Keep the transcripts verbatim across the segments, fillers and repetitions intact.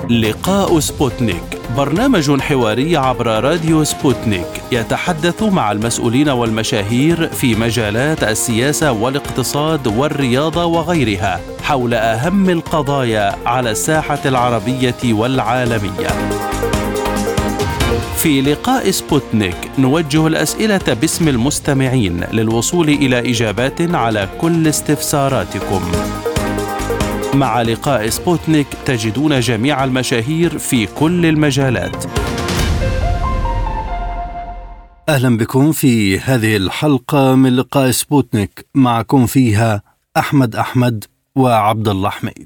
لقاء سبوتنيك، برنامج حواري عبر راديو سبوتنيك يتحدث مع المسؤولين والمشاهير في مجالات السياسة والاقتصاد والرياضة وغيرها حول أهم القضايا على الساحة العربية والعالمية. في لقاء سبوتنيك نوجه الأسئلة باسم المستمعين للوصول إلى إجابات على كل استفساراتكم. مع لقاء سبوتنيك تجدون جميع المشاهير في كل المجالات. أهلا بكم في هذه الحلقة من لقاء سبوتنيك، معكم فيها أحمد أحمد وعبد الله حميد.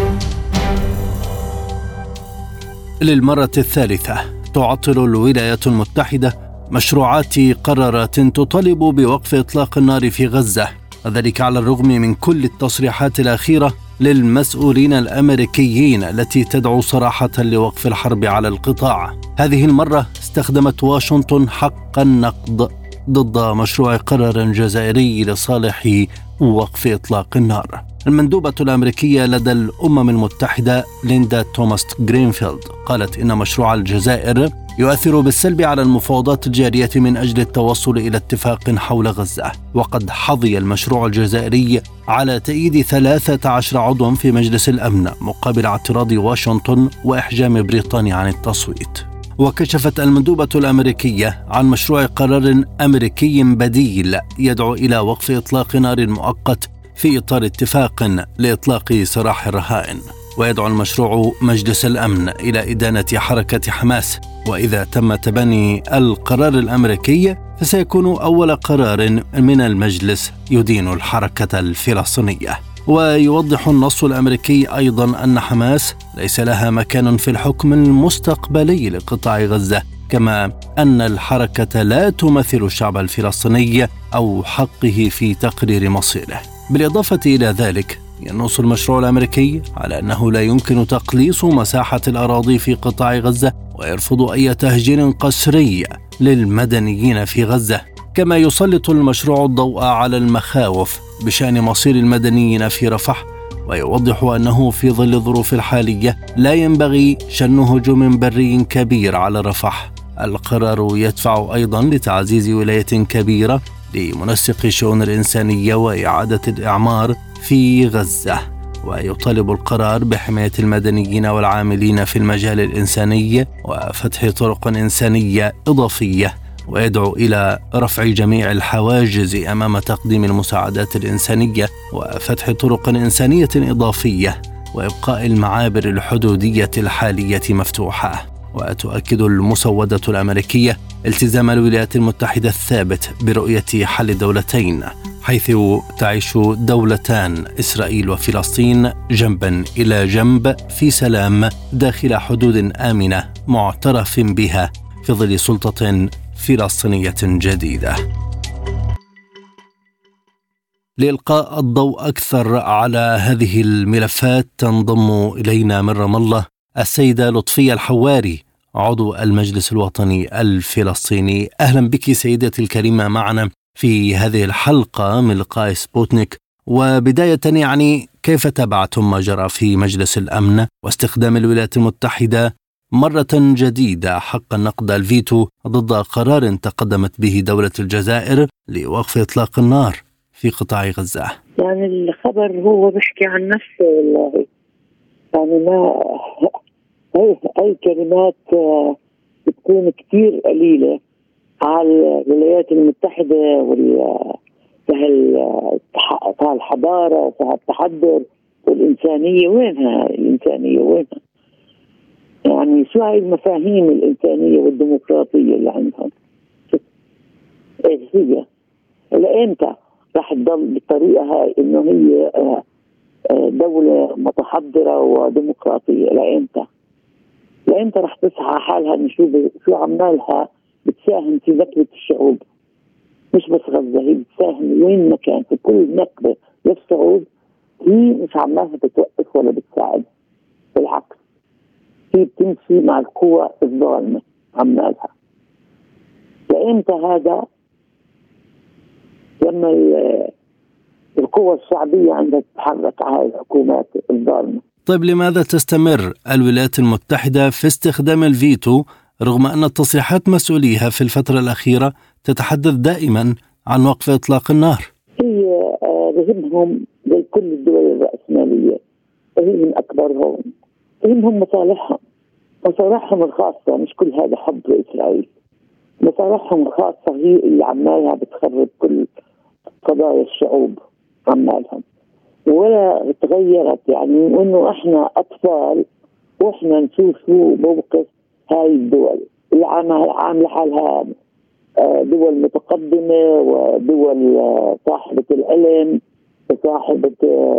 للمرة الثالثة تعطل الولايات المتحدة مشروعات قرارات تطالب بوقف إطلاق النار في غزة، وذلك على الرغم من كل التصريحات الأخيرة للمسؤولين الأمريكيين التي تدعو صراحة لوقف الحرب على القطاع. هذه المرة استخدمت واشنطن حق النقد ضد مشروع قرار جزائري لصالح وقف إطلاق النار. المندوبة الأمريكية لدى الأمم المتحدة ليندا توماس جرينفيلد قالت إن مشروع الجزائر يؤثر بالسلب على المفاوضات الجارية من أجل التوصل إلى اتفاق حول غزة، وقد حظي المشروع الجزائري على تأييد ثلاثة عشر عضوا في مجلس الأمن مقابل اعتراض واشنطن وإحجام بريطانيا عن التصويت. وكشفت المندوبة الأمريكية عن مشروع قرار أمريكي بديل يدعو إلى وقف إطلاق نار مؤقت في إطار اتفاق لإطلاق سراح الرهائن، ويدعو المشروع مجلس الأمن إلى إدانة حركة حماس، وإذا تم تبني القرار الأمريكي فسيكون أول قرار من المجلس يدين الحركة الفلسطينية. ويوضح النص الأمريكي أيضا أن حماس ليس لها مكان في الحكم المستقبلي لقطاع غزة، كما أن الحركة لا تمثل الشعب الفلسطيني أو حقه في تقرير مصيره. بالإضافة إلى ذلك ينص المشروع الأمريكي على أنه لا يمكن تقليص مساحة الأراضي في قطاع غزة، ويرفض أي تهجير قسري للمدنيين في غزة. كما يسلط المشروع الضوء على المخاوف بشأن مصير المدنيين في رفح، ويوضح أنه في ظل الظروف الحالية لا ينبغي شن هجوم بري كبير على رفح. القرار يدفع أيضا لتعزيز ولاية كبيرة لمنسق الشؤون الإنسانية وإعادة الإعمار في غزة، ويطالب القرار بحماية المدنيين والعاملين في المجال الإنساني وفتح طرق إنسانية إضافية، ويدعو إلى رفع جميع الحواجز أمام تقديم المساعدات الإنسانية وفتح طرق إنسانية إضافية وإبقاء المعابر الحدودية الحالية مفتوحة. وتؤكد المسودة الأمريكية التزام الولايات المتحدة الثابت برؤية حل دولتين، حيث تعيش دولتان إسرائيل وفلسطين جنبا إلى جنب في سلام داخل حدود آمنة معترف بها في ظل سلطة فلسطينية جديدة. لإلقاء الضوء أكثر على هذه الملفات تنضم إلينا من رام الله السيدة لطفية الحواري، عضو المجلس الوطني الفلسطيني. أهلا بك سيدتي الكريمة معنا في هذه الحلقة من لقاء سبوتنيك. وبداية يعني كيف تابعتم ما جرى في مجلس الأمن واستخدام الولايات المتحدة مرة جديدة حق النقد الفيتو ضد قرار تقدمت به دولة الجزائر لوقف إطلاق النار في قطاع غزة؟ يعني الخبر هو بيحكي عن نفسه والله، يعني ما أي, أي كلمات بتكون كتير قليلة على الولايات المتحدة والحضارة والتحضر والإنسانية. وينها الإنسانية؟ وينها؟ يعني شو هاي المفاهيم الإنسانية والديمقراطية اللي عندهم؟ إيش هي؟ لإمتى راح تضل بالطريقة هاي إنه هي دولة متحضرة وديمقراطية؟ لإمتى؟ لإمتى راح تسعى حالها إن شو شو عمالها بتساهم في نكبة الشعوب؟ مش بس غزة، هي بتساهم وين ما كان في كل نكبة للشعوب. هي مش عمالها بتوقف ولا بتساعد، بالعكس هي بتمشي مع القوى الظالمة عمالها. لإمتى هذا؟ لما القوى الشعبية عندها تتحرك على الحكومات الظالمة. طيب لماذا تستمر الولايات المتحدة في استخدام الفيتو رغم أن تصريحات مسؤوليها في الفترة الأخيرة تتحدث دائما عن وقف إطلاق النار؟ هي بهمهم زي كل الدول الرأسمالية، هي من أكبرهم، بهمهم مصالحهم مصالحهم الخاصة، مش كل هذا حب لإسرائيل. مصالحهم الخاصة هي اللي عمالها بتخرب كل قضايا الشعوب عمالهم، ولا تغيرت. يعني إنه إحنا أطفال وإحنا نشوف شو موقف هاي الدول اللي عاملة حالها دول متقدمة ودول صاحبة العلم وصاحبة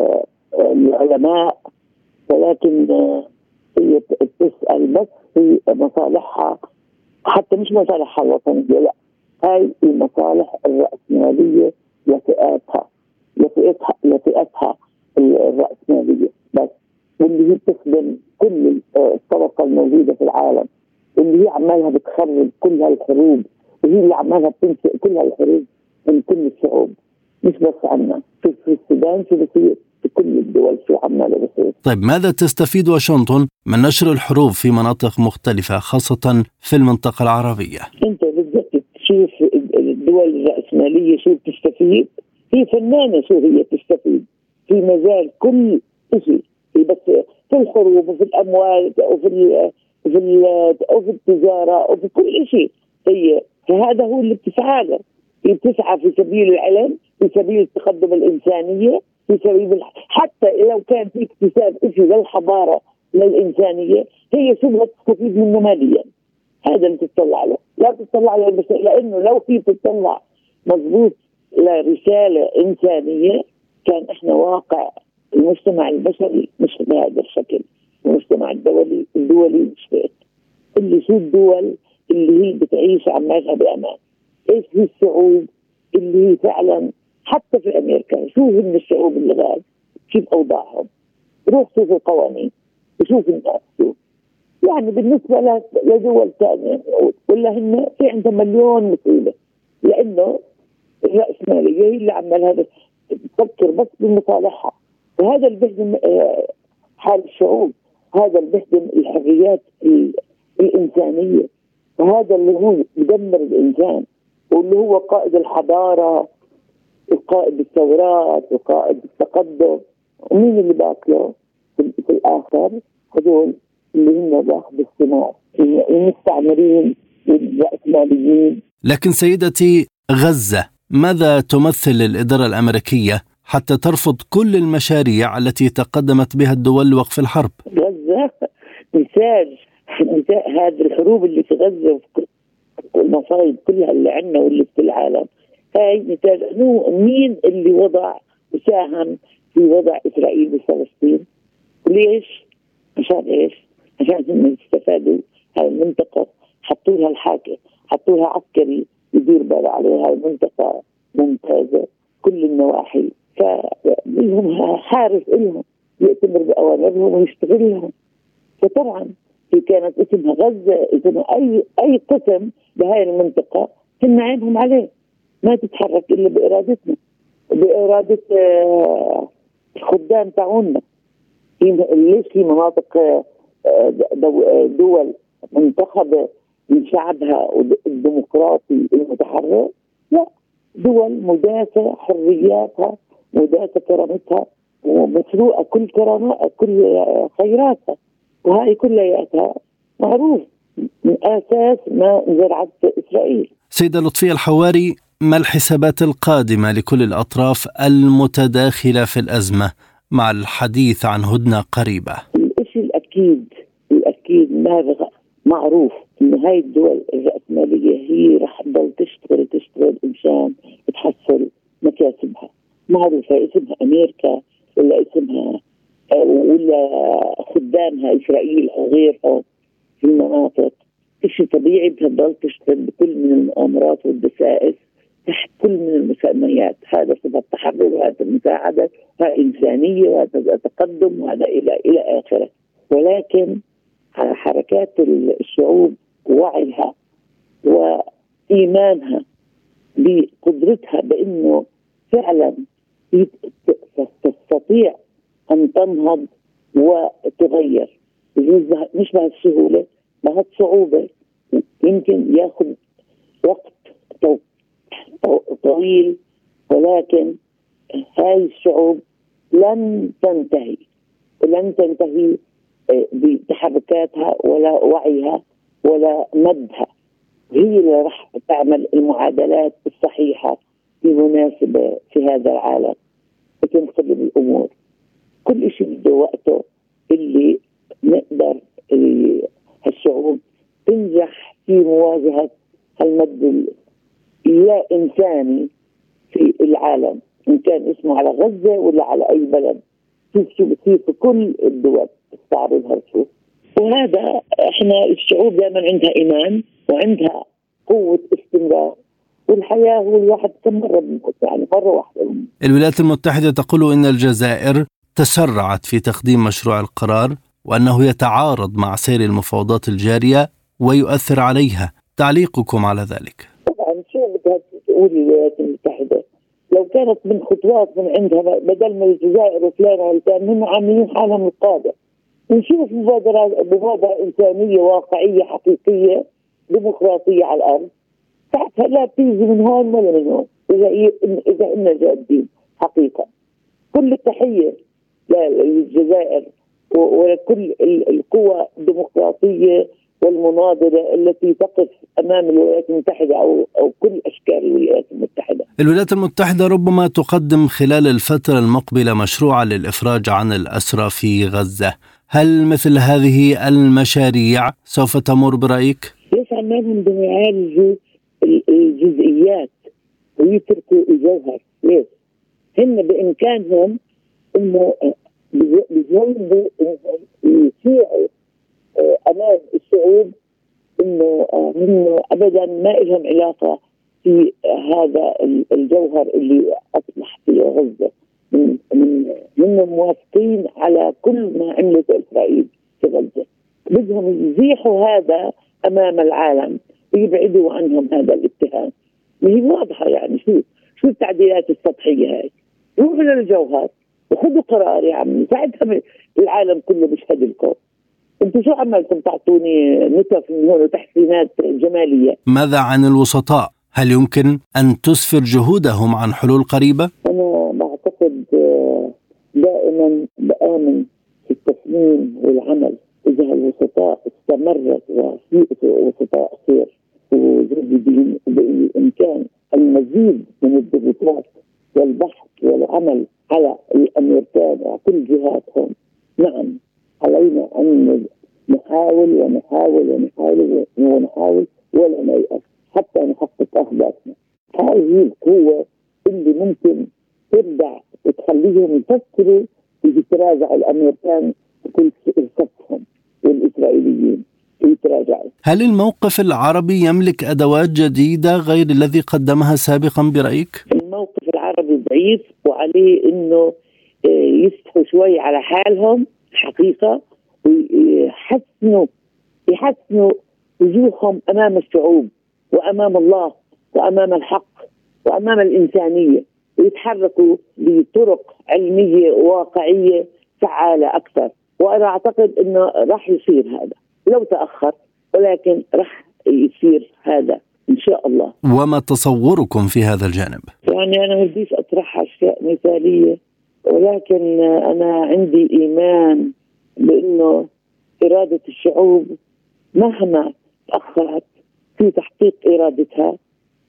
العلماء، ولكن هي تسأل بس في مصالحها، حتى مش مصالحها الوطنية، لا، هاي المصالح الرأسمالية لفئاتها لفئتها لفئتها الرأسمالية بس، واللي هي بتخدم كل الطبقة الموجودة في العالم، واللي هي عمالها بتخرب كل هالحروب، وهي اللي عمالها بتنشئ كل هالحروب من كل الشعوب، مش بس عنا في السودان، شو بصير في كل الدول، شو عماله بصير. طيب ماذا تستفيد واشنطن من نشر الحروب في مناطق مختلفة خاصة في المنطقة العربية؟ انت بدك تشوف الدول الرأسمالية شو بتستفيد، هي فنانة شو هي تستفيد في مجال كل شيء، بس في الحروب وفي الأموال وفي ال وفي ال وفي التجارة وفي كل شيء. هي فهذا هو اللي بتسعى له، هي بتسعى في سبيل العلم، في سبيل التقدم الإنسانية، في سبيل حتى لو كان في اكتساب شيء للحضارة للإنسانية، هي شو بدها تستفيد منه ماليا. هذا اللي تطلع له، لا تطلع له بس، لأنه لو في تطلع مضبوط لرسالة إنسانية كان إحنا واقع المجتمع البشري مش بهذا الشكل، المجتمع الدولي الدولي مش هيك. اللي شو الدول اللي هي بتعيش عمالها بأمان، إيش هي الشعوب اللي هي فعلا، حتى في أمريكا شو هن الشعوب اللي غاز، كيف أوضاعهم، روح شوف القوانين وشوف الناس شو يعني بالنسبة لدول ثانية، ولا هن في عندهم مليون مصيبة، لأنه الرأسمالية هي اللي عمالها تفكر بس بمصالحها، وهذا اللي بيهدم حال الشعوب، هذا اللي بيهدم الحريات الإنسانية، وهذا اللي هو يدمر الإنسان، واللي هو قائد الحضارة وقائد الثورات وقائد التقدم. ومين اللي باكله في الآخر؟ هذول اللي هم باخذوا الثمار، المستعمرين والرأسماليين. لكن سيدتي، غزة ماذا تمثل للإدارة الأمريكية حتى ترفض كل المشاريع التي تقدمت بها الدول لوقف الحرب؟ غزة مثال هذه الحروب اللي في غزة والمصايب كلها اللي عندنا واللي في العالم، هاي مثال انه مين اللي وضع وساهم في وضع إسرائيل بفلسطين. ليش؟ عشان ايش؟ عشان هم يستفادوا هاي المنطقة، حطوا لها الحاكم، حطوا لها عسكري يدير بال عليها. المنطقة ممتازة كل النواحي، فلهم حارس إلهم يأتمر بأوامرهم ويشتغل لهم. فطبعا في كانت اسمها غزة، اسمها أي أي قسم بهاي المنطقة هن عينهم عليه، ما تتحرك إلا بإرادتنا، بإرادة الخدام تاعونا. ليش في مناطق دول منتخبة من شعبها الديمقراطي المتحرر؟ لا، دول مداسة حرياتها، مداسة كرامتها، ومسروقة كل كرامات كل خيراتها، وهاي كلياتها معروف من أساس ما زرعت إسرائيل. سيدة لطفية الحواري، ما الحسابات القادمة لكل الأطراف المتداخلة في الأزمة مع الحديث عن هدنة قريبة؟ الشيء الأكيد الأكيد نابغة معروف إن هاي الدول الرأسمالية هي رح تضل تشتغل تشتغل إنشان تحصل مكاسبها. معروفة اسمها أمريكا ولا اسمها ولا خدامها إسرائيل أو غيرها في المناطق، شيء طبيعي بتضل تشتغل بكل من المؤامرات والدسائس تحت كل من المسميات. هذا صفة تحرر، وهذا مساعدة، وهذا إنسانية، وهذا تقدم، وهذا إلى إلى آخره. ولكن حركات الشعوب ووعيها وإيمانها بقدرتها بأنه فعلا تستطيع أن تنهض وتغير. بجوز مش بهالسهولة، بهالصعوبة، يمكن ياخذ وقت طويل، ولكن هاي الشعوب لن تنتهي ولن تنتهي بتحركاتها ولا وعيها ولا مدها. هي اللي راح تعمل المعادلات الصحيحة في مناسبة في هذا العالم وتنقلب الأمور. كل شيء بده وقته اللي نقدر هالشعوب تنجح في مواجهة هالمد لا إنساني في العالم، إن كان اسمه على غزة ولا على أي بلد. شوف شو بصير في كل الدول تستعرض هالشوف. وهذا احنا الشعوب دائما عندها إيمان وعندها قوة استمرار، والحياة هو الواحد كم مرة بيموت، يعني مرة واحدة بيموت. الولايات المتحدة تقول إن الجزائر تسرعت في تقديم مشروع القرار وأنه يتعارض مع سير المفاوضات الجارية ويؤثر عليها. تعليقكم على ذلك؟ طبعا شو بدها تقول الولايات المتحدة؟ لو كانت من خطوات من عندها بدل ما الجزائر وفلان والتان هم عاملين حالهم القادة. نشوف مبادرة مبادرة إنسانية واقعية حقيقية ديمقراطية على الأرض، ساعتها لا بتيجي من هون ولا من هون. إذا إذا إننا جادين حقيقة. كل التحية للجزائر ولكل القوى الديمقراطية والمناضلة التي تقف أمام الولايات المتحدة أو أو كل أشكال الولايات المتحدة. الولايات المتحدة ربما تقدم خلال الفترة المقبلة مشروعا للإفراج عن الأسرى في غزة. هل مثل هذه المشاريع سوف تمر برأيك؟ ليش عمالهم بدهم يعالجوا الجزئيات ويتركوا الجوهر؟ ليش؟ هن بإمكانهم إنه بيجربوا يسيعوا أمام الشعوب إنه هم أبدا ما لهم علاقة في هذا الجوهر اللي أصبح في غزة. من هم موافقين على كل ما عملته إسرائيل في غزة، بدهم يزيحوا هذا أمام العالم ويبعدوا عنهم هذا الاتهام. هي واضحة، يعني شو شو التعديلات السطحية هاي؟ روحوا للجوهر وخذوا قرار يا عمي، ساعتها العالم كله بيشهد لكم. انتوا شو عملتم؟ تعطوني نتف من هون وتحسينات جمالية. ماذا عن الوسطاء؟ هل يمكن أن تسفر جهودهم عن حلول قريبة؟ أنا بعتقد دائما بآمن في التصميم والعمل. إذا الوسطاء استمرت وفي وسطاء خير وجديدين بإمكان المزيد من الضغوطات والبحث والعمل على الأمريكان وكل جهاتهم، نعم علينا أن نحاول ونحاول ونحاول ونحاول ولا نيأس حتى نحقق أهدافنا. هذه القوة اللي ممكن ترجع وتخليهم يفكروا يتراجعوا الأمريكان وكل صفهم والإسرائيليين يتراجعوا. هل الموقف العربي يملك أدوات جديدة غير الذي قدمها سابقا برأيك؟ الموقف العربي ضعيف وعليه إنه يسحوا شوي على حالهم حقيقة ويحسنوا يحسنوا وجوههم أمام الشعوب وأمام الله وأمام الحق وأمام الإنسانية، ويتحركوا بطرق علمية واقعية فعالة أكثر. وأنا أعتقد أنه راح يصير هذا لو تأخر، ولكن راح يصير هذا إن شاء الله. وما تصوركم في هذا الجانب؟ يعني أنا ما بديش أطرح أشياء مثالية، ولكن أنا عندي إيمان بأنه إرادة الشعوب مهما تأخرت في تحقيق إرادتها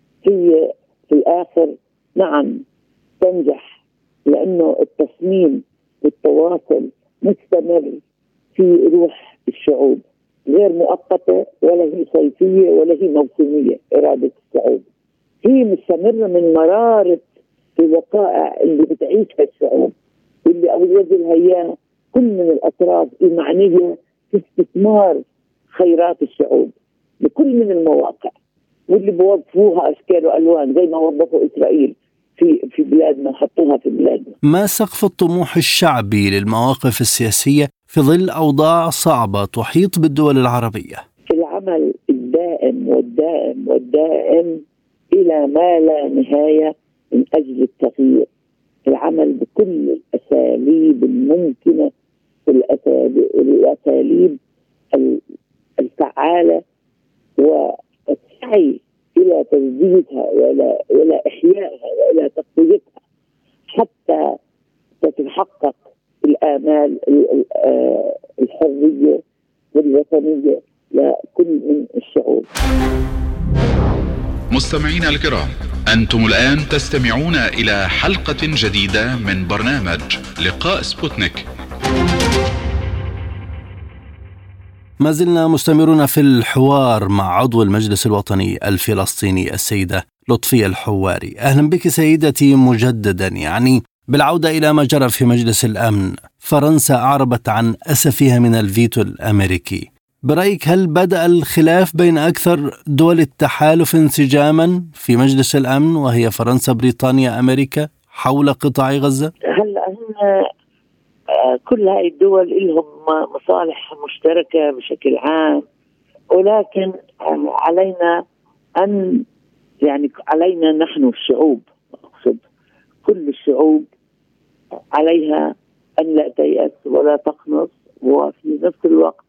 هي في الآخر نعم تنجح، لأنه التصميم والتواصل مستمر في روح الشعوب، غير مؤقتة ولا هي صيفية ولا هي موسمية. إرادة الشعوب هي مستمرة من مرارة الوقائع اللي بتعيشها الشعوب واللي أوجدها إياه كل من الأطراف المعنية في استثمار خيرات الشعوب بكل من المواقع، واللي بوظفوها أشكال وألوان زي ما وظفوا إسرائيل في في بلادنا وحطوها في بلادنا. ما سقف الطموح الشعبي للمواقف السياسية في ظل أوضاع صعبة تحيط بالدول العربية؟ في العمل الدائم والدائم والدائم إلى ما لا نهاية من أجل التغيير، العمل بكل الأساليب الممكنة الأساليب الفعالة والسعي إلى تجديدها وإلى إلى إحيائها وإلى تقويتها حتى تتحقق الآمال الحرية والوطنية لكل من الشعوب. مستمعينا الكرام، أنتم الآن تستمعون إلى حلقة جديدة من برنامج لقاء سبوتنيك. ما زلنا مستمرون في الحوار مع عضو المجلس الوطني الفلسطيني السيدة لطفية الحواري. أهلا بك سيدتي مجددا. يعني بالعودة إلى ما جرى في مجلس الأمن، فرنسا أعربت عن أسفها من الفيتو الأمريكي. برأيك هل بدأ الخلاف بين أكثر دول التحالف انسجاما في مجلس الأمن وهي فرنسا، بريطانيا، أمريكا حول قطاع غزة؟ هلا هم كل هاي الدول لهم مصالح مشتركة بشكل عام، ولكن علينا أن يعني علينا نحن الشعوب، أقصد كل الشعوب، عليها أن لا تيأس ولا تقنط، وفي نفس الوقت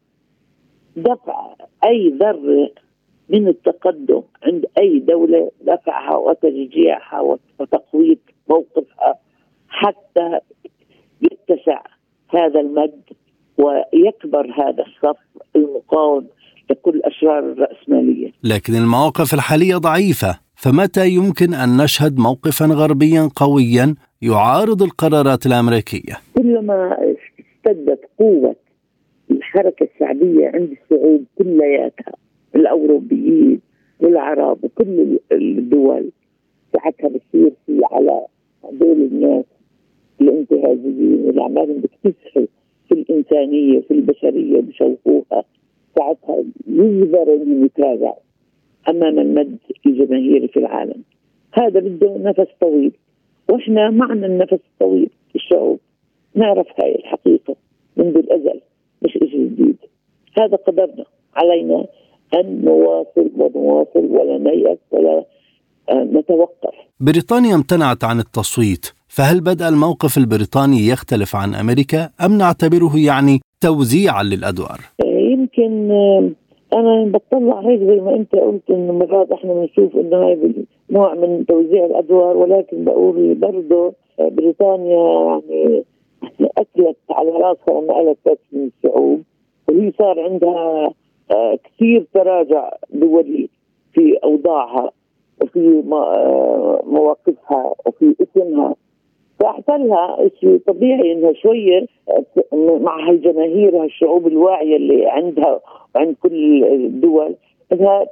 دفع أي ذرة من التقدم عند أي دولة، دفعها وتشجيعها وتقوية موقفها حتى يتسع هذا المد ويكبر هذا الصف المقاوم لكل أشرار الرأسمالية. لكن المواقف الحالية ضعيفة، فمتى يمكن أن نشهد موقفا غربيا قويا يعارض القرارات الأمريكية؟ كلما اشتدت قوة الحركة الشعبية عند الشعوب كلياتها، الأوروبيين والعرب وكل الدول، ساعتها بصير في على هذول الناس الانتهازيين اللي عمالهم بتكسروا في الإنسانية وفي البشرية بشوفوها، ساعتها يجبر أن يتراجع أمام المد الجماهيري في العالم. هذا بده نفس طويل، وإحنا معنا النفس الطويل. الشعوب نعرف هاي الحقيقة منذ الأزل، مش إشي جديد. هذا قدرنا، علينا أن نواصل ونواصل ولا نيأس ولا نتوقف. بريطانيا امتنعت عن التصويت، فهل بدأ الموقف البريطاني يختلف عن أمريكا أم نعتبره يعني توزيعا للأدوار؟ يمكن أنا بطلع هيك زي ما أنت قلت إنه مرات إحنا بنشوف إنه هاي نوع من توزيع الأدوار، ولكن بقول برضه بريطانيا يعني أكلت على راسها لما قالت من الشعوب، وهي صار عندها كثير تراجع دولي في أوضاعها وفي مواقفها وفي اسمها، فاحتلها شيء طبيعي انها شويه مع هالجماهير وهالشعوب الواعيه اللي عندها وعند كل الدول انها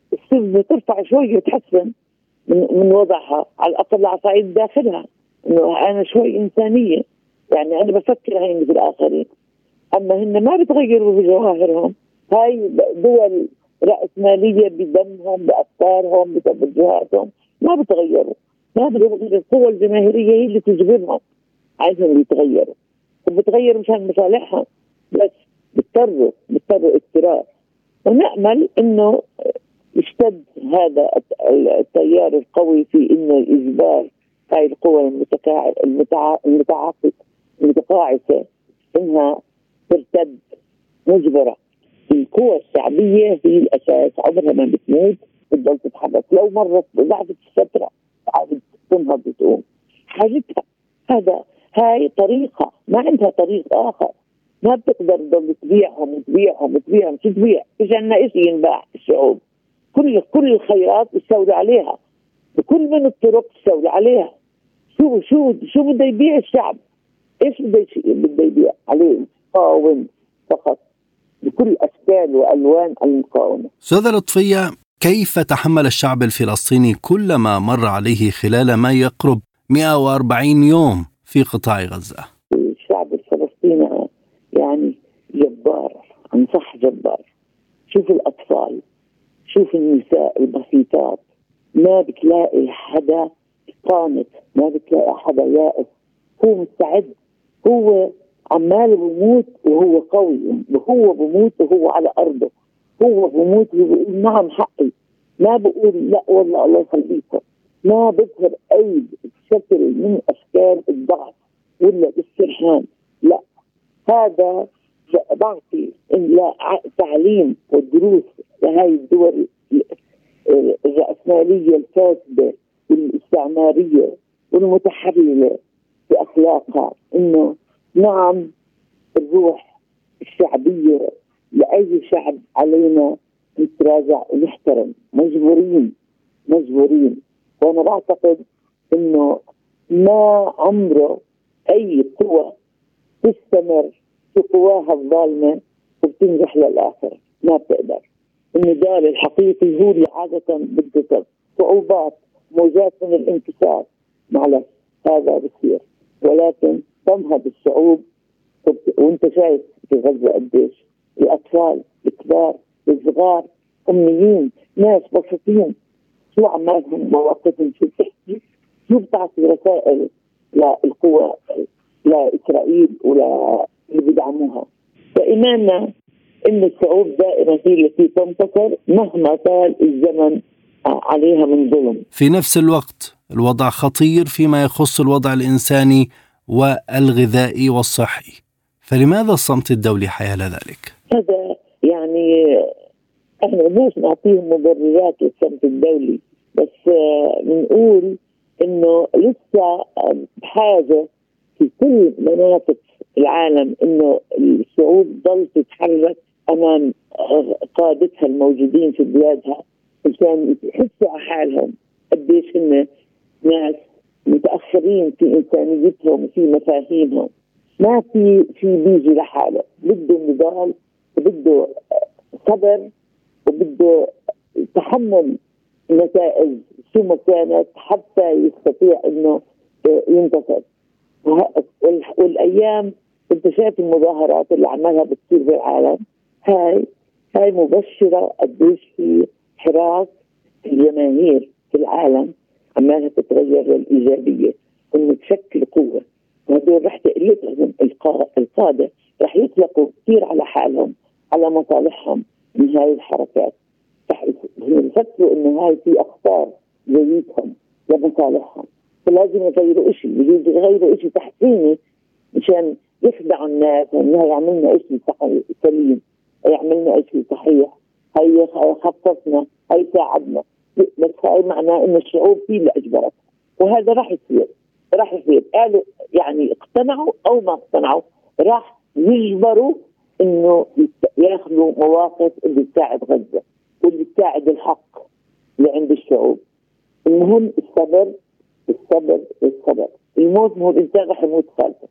ترفع شويه وتحسن من, من وضعها على الاقل على صعيد داخلها، انه انا شوي انسانيه، يعني انا بفكر هي مثل الاخرين. اما هن ما بتغيروا بجواهرهم، هاي دول رأسمالية بدمهم بأفكارهم بتوجهاتهم، ما بتغيروا، ما بتغير. القوى الجماهيرية هي اللي تجبرهم عايزهم يتغيروا، وبتغير مشان مصالحهم، بس بيضطروا بيضطروا اضطرار. ونأمل انه يشتد هذا التيار القوي في انه اجبار هاي القوى المتكا... المتع... المتعاقبة المتقاعسة انها ترتد مجبرة. القوى الشعبية هي الأساس، عمرها ما بتموت، بتضل تتحرك، لو مرت ضعفت الفترة عاد تنهض وتقوم حاجتها. هذا هاي طريقة، ما عندها طريق آخر، ما بتقدر تضل تبيعهم وتبيعهم وتبيعهم. شو تبيع؟ مش عندنا إشي ينباع. الشعوب كل كل الخيرات بتستولي عليها، بكل من الطرق تستولي عليها. شو شو شو بده يبيع الشعب؟ إيش بده بده يبيع عليه؟ قاوم فقط بكل أشكال وألوان المقاومة. سيدة لطفية، كيف تحمل الشعب الفلسطيني كل ما مر عليه خلال ما يقرب مئة وأربعين يوم في قطاع غزة؟ الشعب الفلسطيني يعني جبار، عن صح جبار. شوف الأطفال، شوف النساء البسيطات، ما بتلاقي حدا قانت، ما بتلاقي حدا يائس، هو مستعد، هو عماله بموت وهو قوي، وهو بموت وهو على أرضه، هو بموت وبيقول نعم حقي، ما بقول لا والله الله يخليكم، ما بظهر أي شكل من أشكال الضعف ولا الاسترهان، لا، هذا بعطي تعليم ودروس لهذه الدول الرأسمالية الفاسدة والاستعمارية والمتحررة بأخلاقها، إنه نعم الروح الشعبية لأي شعب علينا نتراجع ونحترم، مجبورين مجبورين. وأنا بعتقد إنه ما عمره أي قوة تستمر في قواها الظالمة وبتنجح للآخر، ما بتقدر. النضال الحقيقي هو اللي عادة بده صعوبات، موجات من الانكسار، معلش هذا بصير، ولكن تنهض الشعوب. وانت شايف في غزة قديش الأطفال الكبار الصغار أمنيين، ناس بسيطين، شو عمالهم مواقفهم، شو بتحكي، شو بتعطي رسائل للقوى لإسرائيل ولا اللي بدعموها. فإيماننا إن الشعوب دائما هي التي تنتصر مهما طال الزمن عليها من ظلم. في نفس الوقت الوضع خطير فيما يخص الوضع الإنساني والغذائي والصحي، فلماذا الصمت الدولي حيال ذلك؟ هذا يعني احنا مش نعطيهم مبررات للصمت الدولي، بس بنقول انه لسه بحاجه في كل مناطق العالم انه الشعوب ضل تتحرك امام قادتها الموجودين في بلادها عشان يحسوا على حالهم قديش هن ناس متاخرين في انسانيتهم وفي مفاهيمهم. ما في في بيجي لحاله، بده نضال وبده صبر وبده تحمل نتائج شو ما كانت حتى يستطيع انه ينتصر. والايام انت شايف المظاهرات اللي عمالها بتصير في العالم، هاي هاي مبشره قديش في حراك الجماهير في العالم عمالها تتغير للايجابيه، انه تشكل قوه. وهدول رح يطلقوا القاده رح يطلقوا كثير على حالهم على مصالحهم من هاي الحركات، رح يفكروا انه هاي في اخطار جيدهم لمصالحهم، فلازم يغيروا شيء، بيجي يغيروا شيء تحسيني مشان يخدعوا الناس انه يعملنا شيء سليم، يعملنا شيء صحيح، هي خففنا، هي ساعدنا، بس هاي معناه انه الشعوب هي اللي اجبرت، وهذا راح يصير راح يصير قالوا يعني اقتنعوا او ما اقتنعوا راح يجبروا انه ياخذوا مواقف اللي تساعد غزة واللي تساعد الحق اللي عند الشعوب. المهم الصبر الصبر الصبر. الموت مو الانسان راح يموت خالص،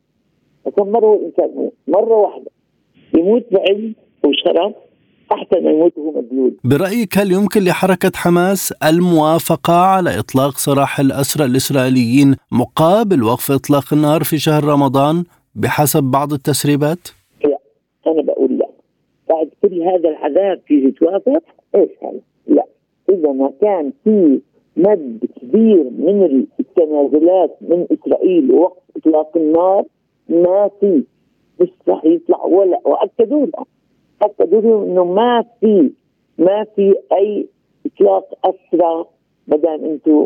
كم مرة الانسان يموت؟ مرة واحدة، يموت بعلم وشرف أحسن ما يموت وهو مدلول. برأيك هل يمكن لحركة حماس الموافقة على إطلاق سراح الأسرى الإسرائيليين مقابل وقف إطلاق النار في شهر رمضان بحسب بعض التسريبات؟ لا، أنا بقول لا. بعد كل هذا العذاب تيجي توافق؟ إيش هذا؟ لا. إذا ما كان في مد كبير من التنازلات من إسرائيل ووقف إطلاق النار، ما في مش راح يطلع ولا. وأكدوا له أكدوا له إنه ما في ما في أي إطلاق أسرى ما دام أنتم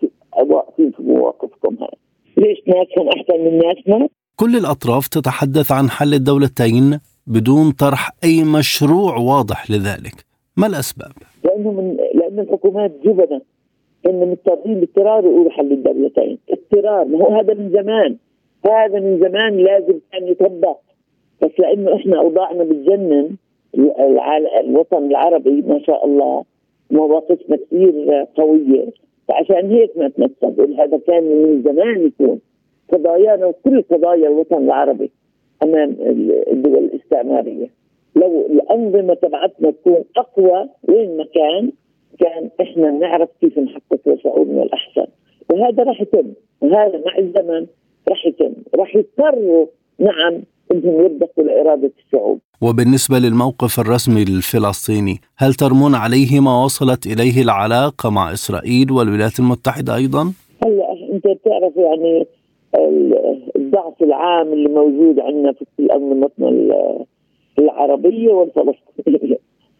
واقفين في مواقفكم هاي. ليش ناسهم أحسن من ناسنا؟ كل الأطراف تتحدث عن حل الدولتين بدون طرح أي مشروع واضح لذلك، ما الأسباب؟ لأنه من لأن الحكومات جبنة إن مضطرين باضطرار يقولوا حل الدولتين، اضطرار. ما هو هذا من زمان، هذا من زمان لازم كان يطبق، بس لأنه إحنا أوضاعنا بتجنن الوطن العربي ما شاء الله مواقفنا كثير قوية، فعشان هيك ما تنفذ. هذا كان من زمان يكون قضايانا وكل قضايا الوطن العربي أمام الدول الاستعمارية. لو الأنظمة تبعتنا تكون أقوى وين ما كان كان إحنا نعرف كيف نحقق شعورنا الأحسن، وهذا راح يتم، وهذا مع الزمن راح يتم. راح يضطروا نعم انهم يرضخوا لإرادة الشعوب. وبالنسبة للموقف الرسمي الفلسطيني، هل ترمون عليه ما وصلت إليه العلاقة مع إسرائيل والولايات المتحدة أيضا؟ هلا انت بتعرف يعني الضعف العام اللي موجود عندنا في الأنظمتنا العربية والفلسطينية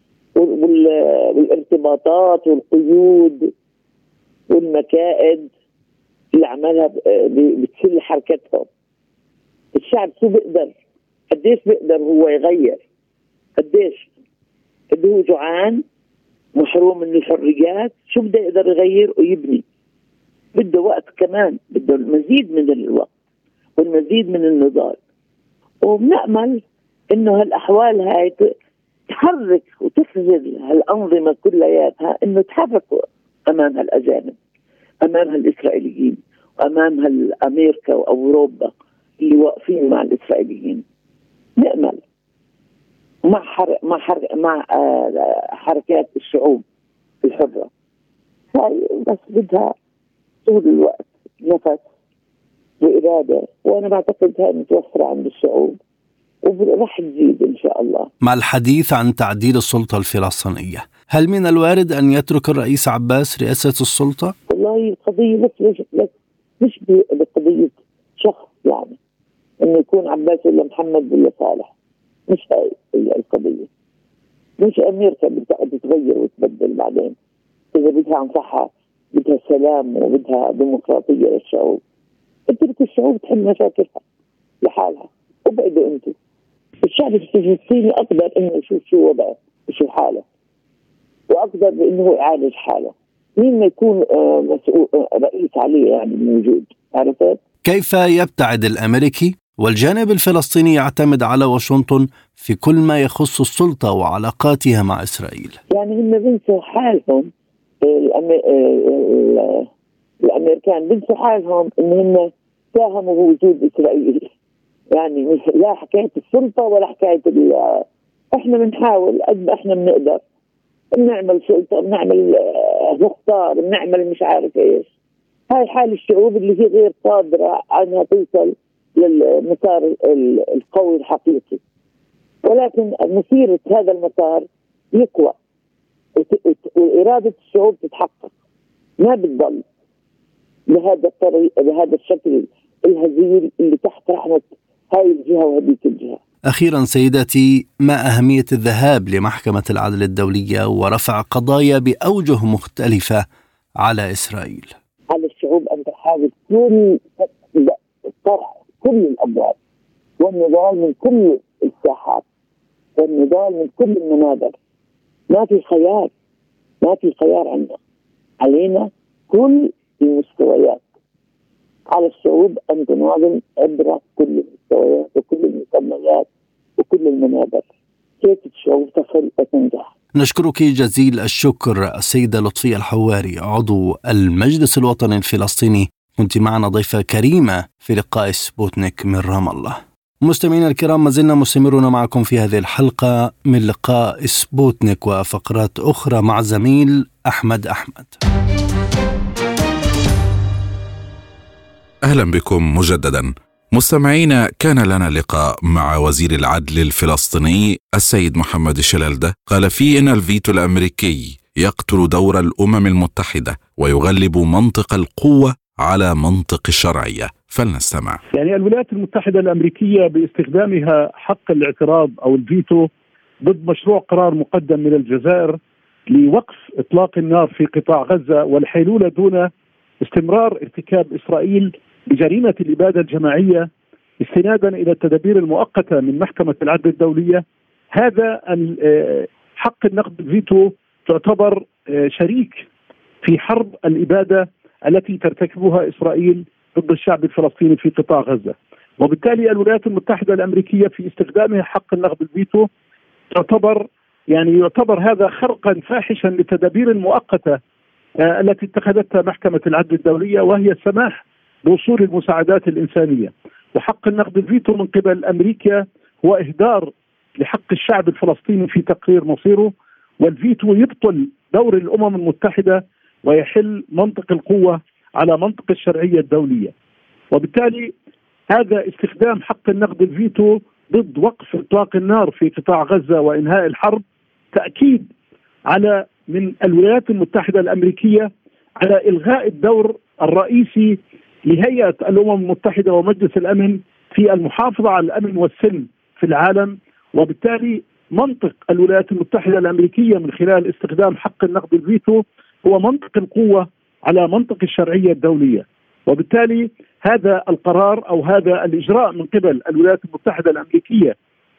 والارتباطات والقيود والمكائد اللي عملها بتشل حركتهم. الشعب شو بيقدر؟ قديش بيقدر هو يغير؟ قديش؟ قد هو جوعان محروم من الحريات، شو بده يقدر يغير ويبني؟ بده وقت كمان، بده المزيد من الوقت والمزيد من النضال. وبنأمل انه هالاحوال هاي تحرك وتخجل هالانظمه كلياتها انه تحركوا امام هالاجانب، امام هالاسرائيليين، وامام هالامريكا واوروبا اللي واقفين مع الاسرائيليين. نأمل مع حر... مع حر... مع آه حركات الشعوب الحرة. هاي بس بدها طول الوقت نفس وإرادة، وأنا بعتقد هاي متوفرة عند الشعوب وراح تزيد إن شاء الله. مع الحديث عن تعديل السلطة الفلسطينية، هل من الوارد أن يترك الرئيس عباس رئاسة السلطة؟ والله القضية بس مش, بس مش بقضية شخص، يعني إنه يكون عباس ولا محمد ولا صالح، مش هاي هي القضية. مش أمريكا بدها تتغير وتبدل بعدين، إذا بدها عن صحة بدها سلام وبدها ديمقراطية للشعوب. اترك الشعوب تحل مشاكلها لحالها وبعدوا انتم. الشعب الفلسطيني أقدر إنه يشوف شو وضعه وشو حاله، وأقدر بإنه يعالج حاله. مين ما يكون مسؤول رئيس عليه يعني موجود، عرفت؟ كيف يبتعد الأمريكي والجانب الفلسطيني يعتمد على واشنطن في كل ما يخص السلطة وعلاقاتها مع إسرائيل؟ يعني هم بنسوا حالهم، الأمريكان بنسوا حالهم إن هم ساهموا بوجود إسرائيل. يعني لا حكاية السلطة ولا حكاية إحنا بنحاول قد ما إحنا بنقدر بنعمل سلطة، بنعمل نختار، بنعمل مش عارف إيش. هاي حال الشعوب اللي هي غير قادرة عنها توصل للمسار القوي الحقيقي، ولكن مسيرة هذا المسار يقوى وإرادة الشعوب تتحقق، ما بتضل بهذا الطريق بهذا الشكل الهزيل اللي تحت رحمة هاي الجهة وهذيك الجهة. أخيرا سيداتي، ما أهمية الذهاب لمحكمة العدل الدولية ورفع قضايا بأوجه مختلفة على إسرائيل؟ على الشعوب أن تحاول كل طرح كل الأبواب والنضال من كل الساحات والنضال من كل المنابر. ما في خيار، ما في خيار عندنا، علينا كل المستويات. على الشعوب أن تناضل عبر كل المستويات وكل المسميات وكل المنابر. كيف الشعوب تصل وتنجح. نشكرك جزيل الشكر السيدة لطفية الحواري، عضو المجلس الوطني الفلسطيني، كنت معنا ضيفة كريمة في لقاء سبوتنيك من رام الله. مستمعينا الكرام، ما زلنا مستمرون معكم في هذه الحلقة من لقاء سبوتنيك وفقرات أخرى مع زميل أحمد أحمد. أهلا بكم مجددا مستمعينا. كان لنا لقاء مع وزير العدل الفلسطيني السيد محمد شلالدة، قال فيه إن الفيتو الأمريكي يقتل دور الأمم المتحدة ويغلب منطق القوة على منطق الشرعية. فلنستمع. يعني الولايات المتحدة الأمريكية باستخدامها حق الاعتراض أو الفيتو ضد مشروع قرار مقدم من الجزائر لوقف إطلاق النار في قطاع غزة والحيلولة دون استمرار ارتكاب إسرائيل بجريمة الإبادة الجماعية استنادا إلى التدابير المؤقتة من محكمة العدل الدولية. هذا حق النقد الفيتو تعتبر شريك في حرب الإبادة التي ترتكبها إسرائيل ضد الشعب الفلسطيني في قطاع غزة، وبالتالي الولايات المتحدة الأمريكية في استخدامها حق النقد الفيتو تعتبر يعني يعتبر هذا خرقا فاحشا للتدابير المؤقتة التي اتخذتها محكمة العدل الدولية، وهي السماح بوصول المساعدات الإنسانية. وحق النقد الفيتو من قبل أمريكا هو إهدار لحق الشعب الفلسطيني في تقرير مصيره، والفيتو يبطل دور الأمم المتحدة ويحل منطق القوة على منطق الشرعية الدولية. وبالتالي هذا استخدام حق النقد الفيتو ضد وقف إطلاق النار في قطاع غزة وإنهاء الحرب تأكيد على من الولايات المتحدة الأمريكية على إلغاء الدور الرئيسي لهيئة الأمم المتحدة ومجلس الأمن في المحافظة على الأمن والسلم في العالم. وبالتالي منطق الولايات المتحدة الأمريكية من خلال استخدام حق النقد الفيتو هو منطق القوة على منطق الشرعية الدولية. وبالتالي هذا القرار أو هذا الإجراء من قبل الولايات المتحدة الأمريكية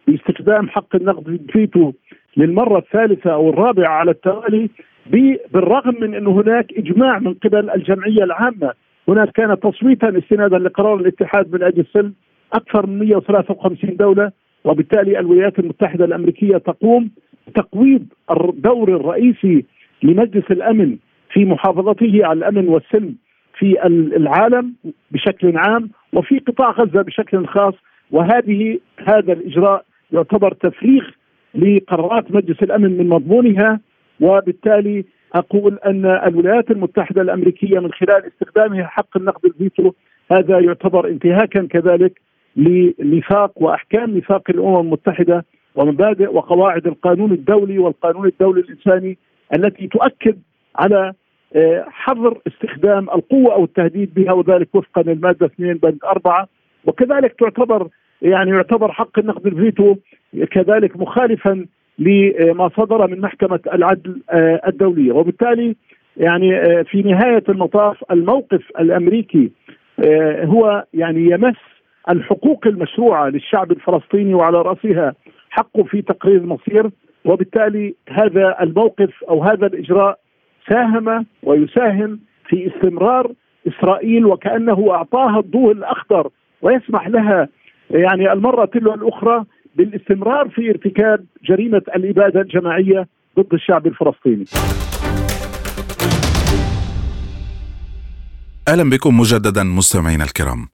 باستخدام حق النقد الفيتو للمرة الثالثة أو الرابعة على التوالي، بالرغم من أن هناك إجماع من قبل الجمعية العامة. هناك كان تصويتا استنادا لقرار الاتحاد من أجل سلم أكثر من مئة وثلاثة وخمسين دولة، وبالتالي الولايات المتحدة الأمريكية تقوم بتقويض الدور الرئيسي لمجلس الأمن في محافظته على الأمن والسلم في العالم بشكل عام وفي قطاع غزة بشكل خاص. وهذه هذا الإجراء يعتبر تفريغ لقرارات مجلس الأمن من مضمونها، وبالتالي أقول أن الولايات المتحدة الأمريكية من خلال استخدامها حق النقد الفيتو هذا يعتبر انتهاكا كذلك لميثاق وأحكام ميثاق الأمم المتحدة ومبادئ وقواعد القانون الدولي والقانون الدولي الإنساني التي تؤكد على حظر استخدام القوة أو التهديد بها، وذلك وفقا للمادة اثنين بند أربعة. وكذلك تعتبر يعني يعتبر حق النقد الفيتو كذلك مخالفا لما صدر من محكمة العدل الدولية. وبالتالي يعني في نهاية المطاف الموقف الأمريكي هو يعني يمس الحقوق المشروعة للشعب الفلسطيني وعلى رأسها حقه في تقرير المصير، وبالتالي هذا الموقف أو هذا الإجراء ساهم ويساهم في استمرار إسرائيل وكأنه أعطاها الضوء الأخضر ويسمح لها يعني المرة تلو الأخرى بالاستمرار في ارتكاب جريمة الإبادة الجماعية ضد الشعب الفلسطيني. أهلا بكم مجددا مستمعينا الكرام.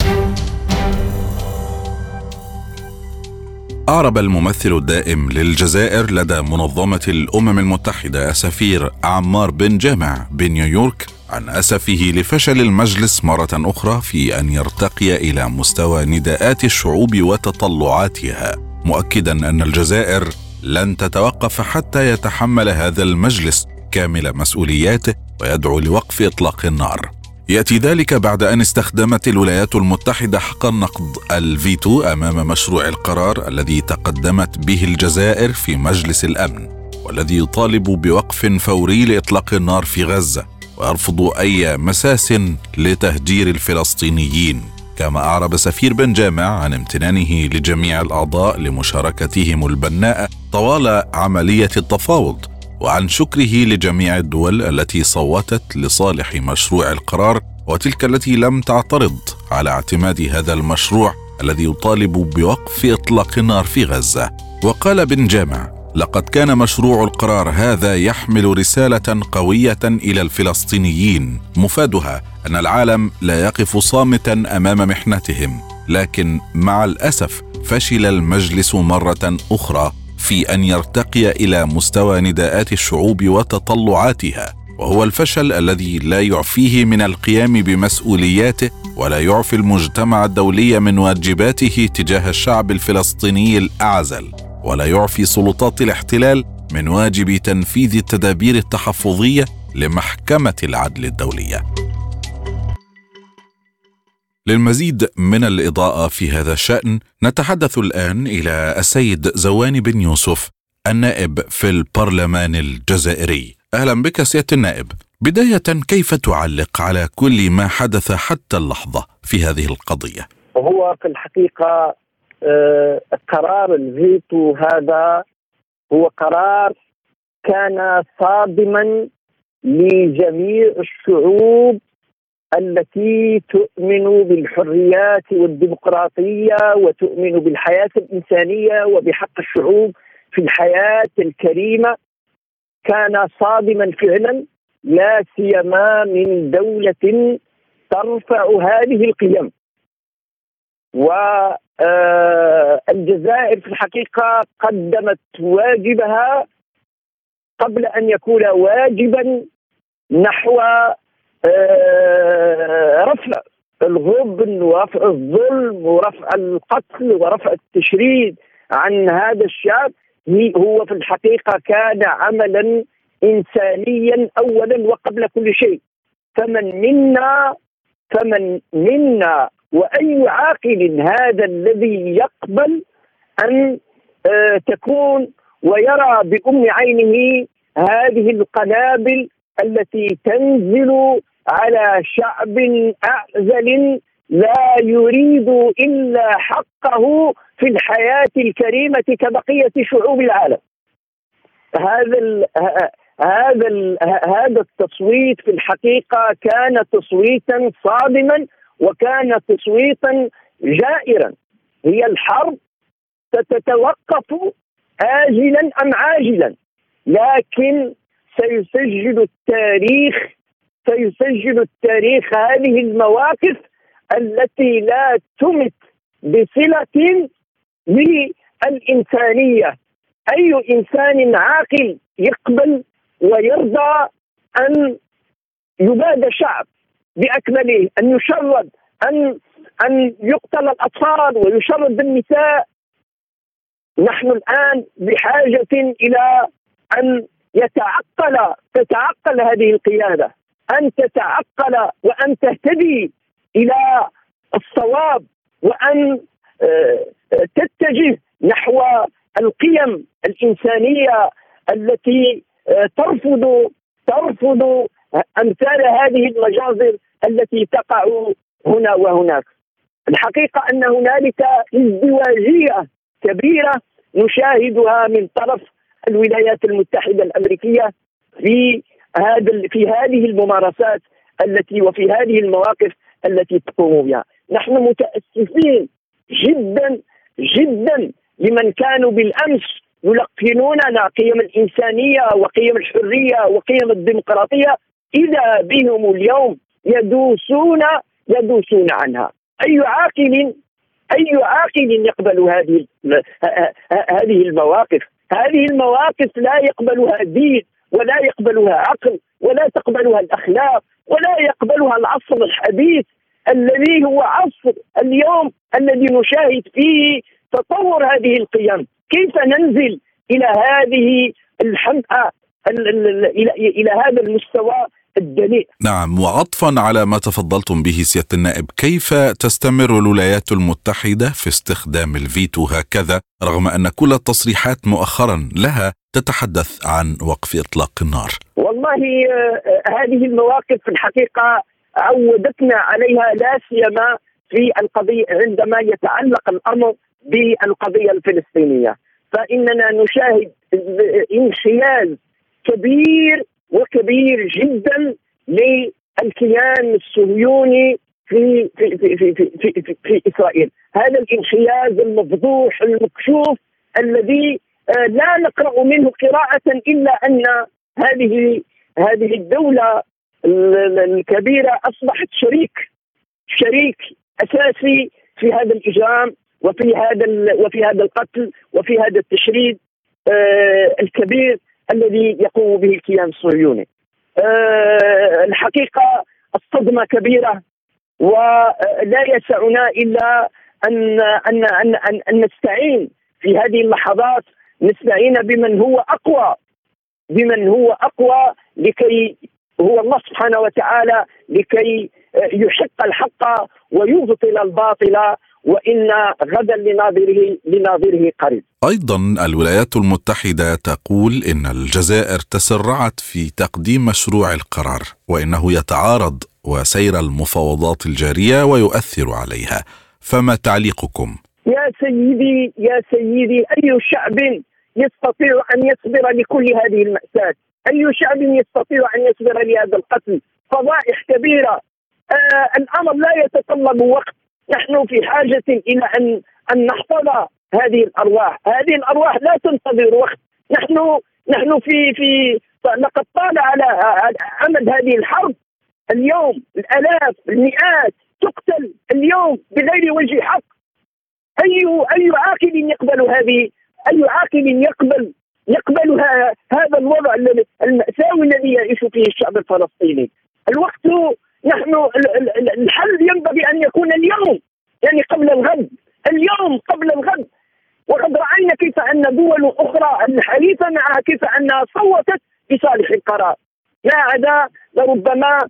أعرب الممثل الدائم للجزائر لدى منظمة الأمم المتحدة السفير عمار بن جامع بنيويورك عن أسفه لفشل المجلس مرة أخرى في أن يرتقي إلى مستوى نداءات الشعوب وتطلعاتها، مؤكدا أن الجزائر لن تتوقف حتى يتحمل هذا المجلس كامل مسؤولياته ويدعو لوقف إطلاق النار. يأتي ذلك بعد أن استخدمت الولايات المتحدة حق النقد الفيتو أمام مشروع القرار الذي تقدمت به الجزائر في مجلس الأمن، والذي يطالب بوقف فوري لإطلاق النار في غزة ويرفض أي مساس لتهجير الفلسطينيين. كما أعرب سفير بن جامع عن امتنانه لجميع الأعضاء لمشاركتهم البناءة طوال عملية التفاوض، وعن شكره لجميع الدول التي صوتت لصالح مشروع القرار وتلك التي لم تعترض على اعتماد هذا المشروع الذي يطالب بوقف إطلاق النار في غزة. وقال بن جامع: لقد كان مشروع القرار هذا يحمل رسالة قوية إلى الفلسطينيين مفادها أن العالم لا يقف صامتا أمام محنتهم، لكن مع الأسف فشل المجلس مرة أخرى في أن يرتقي إلى مستوى نداءات الشعوب وتطلعاتها، وهو الفشل الذي لا يعفيه من القيام بمسؤولياته ولا يعفي المجتمع الدولي من واجباته تجاه الشعب الفلسطيني الأعزل، ولا يعفي سلطات الاحتلال من واجب تنفيذ التدابير التحفظية لمحكمة العدل الدولية. للمزيد من الإضاءة في هذا الشأن نتحدث الآن إلى السيد زواني بن يوسف النائب في البرلمان الجزائري. أهلا بك سيادة النائب. بداية، كيف تعلق على كل ما حدث حتى اللحظة في هذه القضية؟ هو في الحقيقة آه قرار الفيتو هذا هو قرار كان صادما لجميع الشعوب التي تؤمن بالحريات والديمقراطية وتؤمن بالحياة الإنسانية وبحق الشعوب في الحياة الكريمة. كان صادما فعلا، لا سيما من دولة ترفع هذه القيم. والجزائر في الحقيقة قدمت واجبها قبل أن يكون واجبا نحو رفع الغبن ورفع الظلم ورفع القتل ورفع التشريد عن هذا الشعب. هو في الحقيقة كان عملا إنسانيا أولا وقبل كل شيء. فمن منا فمن منا وأي عاقل هذا الذي يقبل أن تكون ويرى بأم عينه هذه القنابل التي تنزل على شعب أعزل لا يريد إلا حقه في الحياة الكريمة كبقية شعوب العالم. هذا ال هذا ال هذا التصويت في الحقيقة كان تصويتا صادما وكان تصويتا جائرا. هي الحرب ستتوقف آجلا أم عاجلا، لكن سيسجل التاريخ سيسجل التاريخ هذه المواقف التي لا تمت بصلة للإنسانية. أي إنسان عاقل يقبل ويرضى أن يباد شعب بأكمله، أن يشرد، أن أن يقتل الأطفال ويشرد النساء؟ نحن الآن بحاجة إلى أن يتعقل تتعقل هذه القيادة، أن تتعقل وأن تهتدي إلى الصواب، وأن تتجه نحو القيم الإنسانية التي ترفض ترفض أمثال هذه المجازر التي تقع هنا وهناك. الحقيقة أن هنالك ازدواجية كبيرة نشاهدها من طرف الولايات المتحدة الأمريكية في هذا في هذه الممارسات التي وفي هذه المواقف التي تقوم بها. نحن متأسفين جدا جدا لمن كانوا بالأمس يلقنوننا قيم الإنسانية وقيم الحرية وقيم الديمقراطية، إذا بهم اليوم يدوسون يدوسون عنها. أي عاقل أي عاقل يقبل هذه هذه المواقف؟ هذه المواقف لا يقبلها دين ولا يقبلها عقل ولا تقبلها الأخلاق ولا يقبلها العصر الحديث الذي هو عصر اليوم الذي نشاهد فيه تطور هذه القيم. كيف ننزل إلى هذه الحمقى إلى إلى هذا المستوى الدنيء؟ نعم، وعطفا على ما تفضلتم به سيادة النائب، كيف تستمر الولايات المتحدة في استخدام الفيتو هكذا رغم أن كل التصريحات مؤخرا لها تتحدث عن وقف إطلاق النار؟ والله هذه المواقف في الحقيقة عودتنا عليها، لا سيما في القضية عندما يتعلق الأمر بالقضية الفلسطينية، فإننا نشاهد انحياز كبير وكبير جدا للكيان الصهيوني في في في في في, في, في, في إسرائيل. هذا الانحياز المفضوح المكشوف الذي لا نقرأ منه قراءة إلا أن هذه هذه الدولة الكبيرة أصبحت شريك شريك أساسي في هذا الإجرام وفي هذا وفي هذا القتل وفي هذا التشريد آه الكبير الذي يقوم به الكيان الصهيوني. آه الحقيقة الصدمة كبيرة، ولا يسعنا إلا أن أن أن أن, أن نستعين في هذه اللحظات نستعين بمن هو أقوى بمن هو أقوى لكي هو الله سبحانه وتعالى لكي يحق الحق ويبطل الباطل، وإن غدا لناظره لناظره قريب. أيضا الولايات المتحدة تقول إن الجزائر تسرعت في تقديم مشروع القرار وإنه يتعارض وسير المفاوضات الجارية ويؤثر عليها، فما تعليقكم؟ يا سيدي يا سيدي أي شعب يستطيع أن يصبر لكل هذه المأساة؟ أي شعب يستطيع أن يصبر لهذا القتل؟ فضائح كبيرة. آه الأمر لا يتطلب وقت. نحن في حاجة إلى أن أن نحفظ هذه الأرواح. هذه الأرواح لا تنتظر وقت. نحن نحن في في لقد طال على عمد هذه الحرب. اليوم الآلاف المئات تقتل اليوم بغير وجه حق. أي أي عاقل يقبل هذه؟ أي عاقل يقبل يقبل هذا الوضع المأساوي الذي يعيش فيه الشعب الفلسطيني؟ الوقت نحن الحل ينبغي أن يكون اليوم، يعني قبل الغد، اليوم قبل الغد. وقد رأينا كيف أن دول أخرى الحليفة معها كيف أنها صوتت بصالح القرار. لا عدا لربما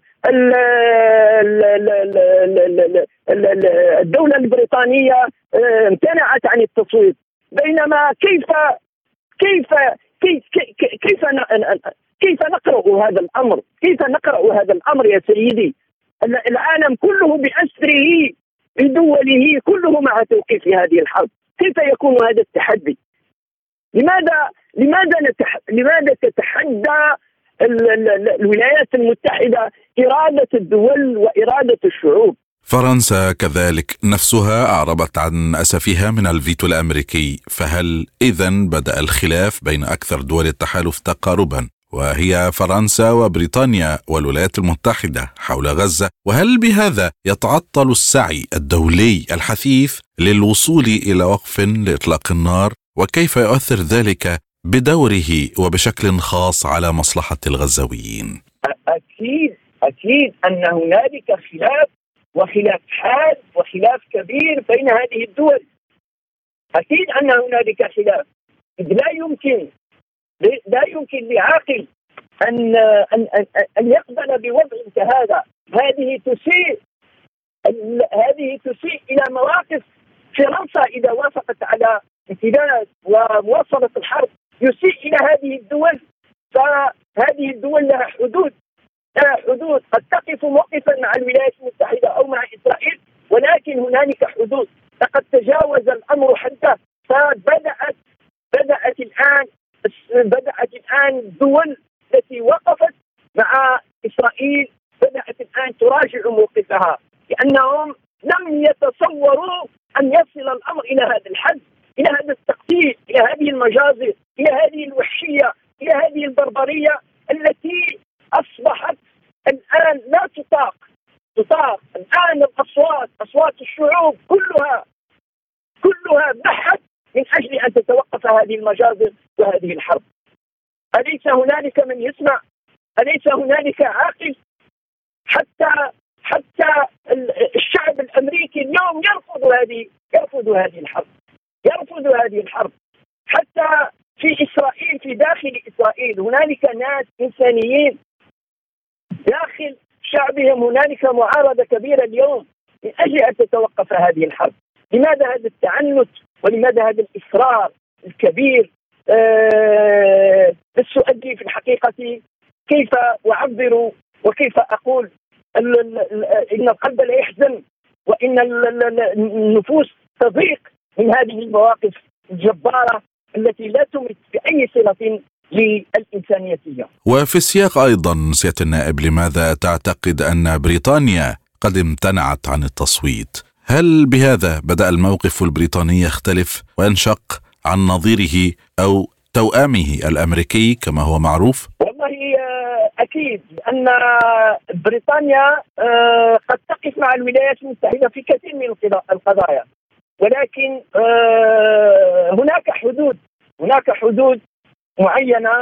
الدولة البريطانية امتنعت عن التصويت، بينما كيف كيف كيف كيف كيف نقرأ هذا الأمر؟ كيف نقرأ هذا الأمر يا سيدي؟ العالم كله بأسره بدوله كله مع توقيف هذه الحرب. كيف يكون هذا التحدي؟ لماذا لماذا نتح... لماذا تتحدى ال... ال... الولايات المتحدة إرادة الدول وإرادة الشعوب؟ فرنسا كذلك نفسها أعربت عن أسفها من الفيتو الأمريكي، فهل إذن بدأ الخلاف بين أكثر دول التحالف تقاربا وهي فرنسا وبريطانيا والولايات المتحدة حول غزة؟ وهل بهذا يتعطل السعي الدولي الحثيث للوصول إلى وقف لإطلاق النار؟ وكيف يؤثر ذلك بدوره وبشكل خاص على مصلحة الغزاويين؟ أكيد أكيد أن هنالك خلاف، وخلاف حاد وخلاف كبير بين هذه الدول. أكيد أن هنالك خلاف. لا يمكن لا يمكن لعاقل أن أن أن يقبل بوضع كهذا. هذه تسيء هذه تسيء إلى مواقف فرنسا إذا وافقت على امتداد ومواصلة الحرب، يسيء إلى هذه الدول. فهذه الدول لها حدود لها حدود قد تقف موقفا مع الولايات المتحدة أو مع إسرائيل، ولكن هنالك حدود. لقد تجاوز الأمر حتى فبدأت بدأت الآن بدأت الآن الدول التي وقفت مع إسرائيل بدأت الآن تراجع موقفها، لأنهم لم يتصوروا أن يصل الأمر إلى هذا الحد، إلى هذا التقتيل، إلى هذه المجازر، إلى هذه الوحشية، إلى هذه البربرية التي أصبحت الآن لا تطاق تطاق الآن الأصوات أصوات الشعوب كلها كلها بحث من أجل أن تتوقف هذه المجازر وهذه الحرب. أليس هنالك من يسمع؟ أليس هنالك عاقل؟ حتى حتى الشعب الأمريكي اليوم يرفض هذه يرفض هذه الحرب يرفض هذه الحرب. حتى في إسرائيل، في داخل إسرائيل هنالك ناس إنسانيين داخل شعبهم، هنالك معارضة كبيرة اليوم من أجل أن تتوقف هذه الحرب. لماذا هذا التعنت ولماذا هذا الإصرار الكبير؟ أه السؤال في الحقيقة كيف أعبر وكيف أقول؟ إن القلب لا يحزن وإن النفوس تضيق من هذه المواقف الجبارة التي لا تمت بأي صلة للإنسانية. وفي السياق أيضا سيادة النائب، لماذا تعتقد أن بريطانيا قد امتنعت عن التصويت؟ هل بهذا بدأ الموقف البريطاني يختلف وينشق عن نظيره أو توأمه الأمريكي كما هو معروف؟ والله أكيد أن بريطانيا قد تقف مع الولايات المتحدة في كثير من القضايا، ولكن هناك حدود هناك حدود معينة،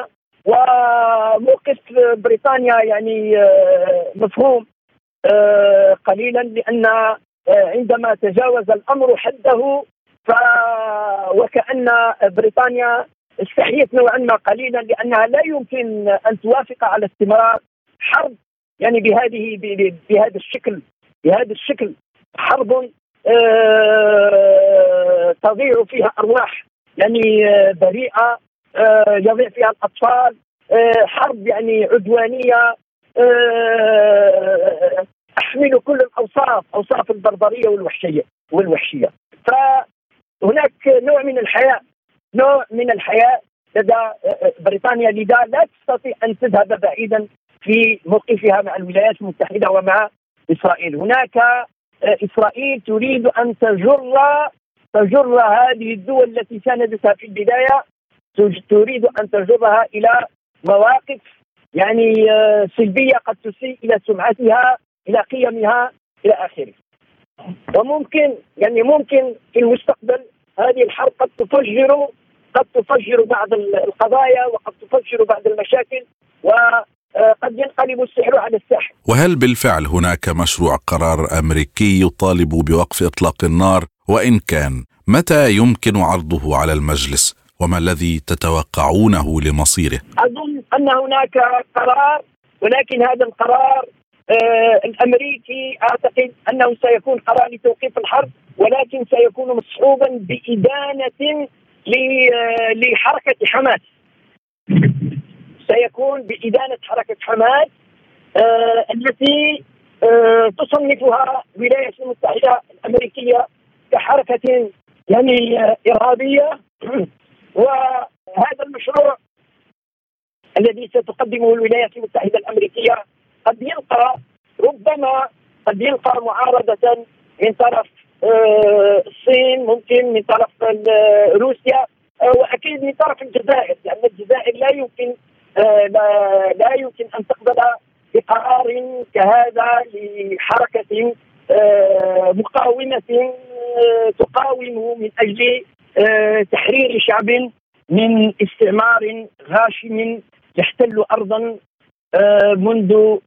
وموقف بريطانيا يعني مفهوم قليلا، لأن عندما تجاوز الأمر حده ف وكأن بريطانيا استحيت نوعا ما قليلا، لأنها لا يمكن أن توافق على استمرار حرب يعني بهذه بهذا الشكل بهذا الشكل حرب تضيع فيها أرواح يعني بريئة، يضيع فيها الأطفال، حرب يعني عدوانية أحمل كل الأوصاف أوصاف البربرية والوحشية والوحشية. فهناك نوع من الحياء نوع من الحياء لدى بريطانيا، لذا لا تستطيع أن تذهب بعيدا في موقفها مع الولايات المتحدة ومع إسرائيل. هناك إسرائيل تريد أن تجر تجر هذه الدول التي ساندتها في البداية، تريد أن تجرها إلى مواقف يعني سلبية قد تسيء إلى سمعتها، إلى قيمها، إلى آخره. وممكن يعني ممكن في المستقبل هذه الحرب قد تفجر قد تفجر بعض القضايا وقد تفجر بعض المشاكل، وقد ينقلب السحر على الساحر. وهل بالفعل هناك مشروع قرار أمريكي يطالب بوقف إطلاق النار؟ وإن كان، متى يمكن عرضه على المجلس؟ وما الذي تتوقعونه لمصيره؟ أظن أن هناك قرار، ولكن هذا القرار آه الأمريكي أعتقد أنه سيكون قرار لتوقيف الحرب، ولكن سيكون مصحوبا بإدانة لحركة حماس. سيكون بإدانة حركة حماس آه التي تصنفها الولايات المتحدة الأمريكية كحركة يعني إرهابية. وهذا المشروع الذي ستقدمه الولايات المتحدة الأمريكية قد يلقى ربما قد يلقى معارضة من طرف الصين، ممكن من طرف روسيا، وأكيد من طرف الجزائر، لأن الجزائر لا يمكن لا, لا يمكن أن تقبل بقرار كهذا لحركة مقاومة تقاوم من أجل تحرير شعب من استعمار غاشم يحتل أرضا منذ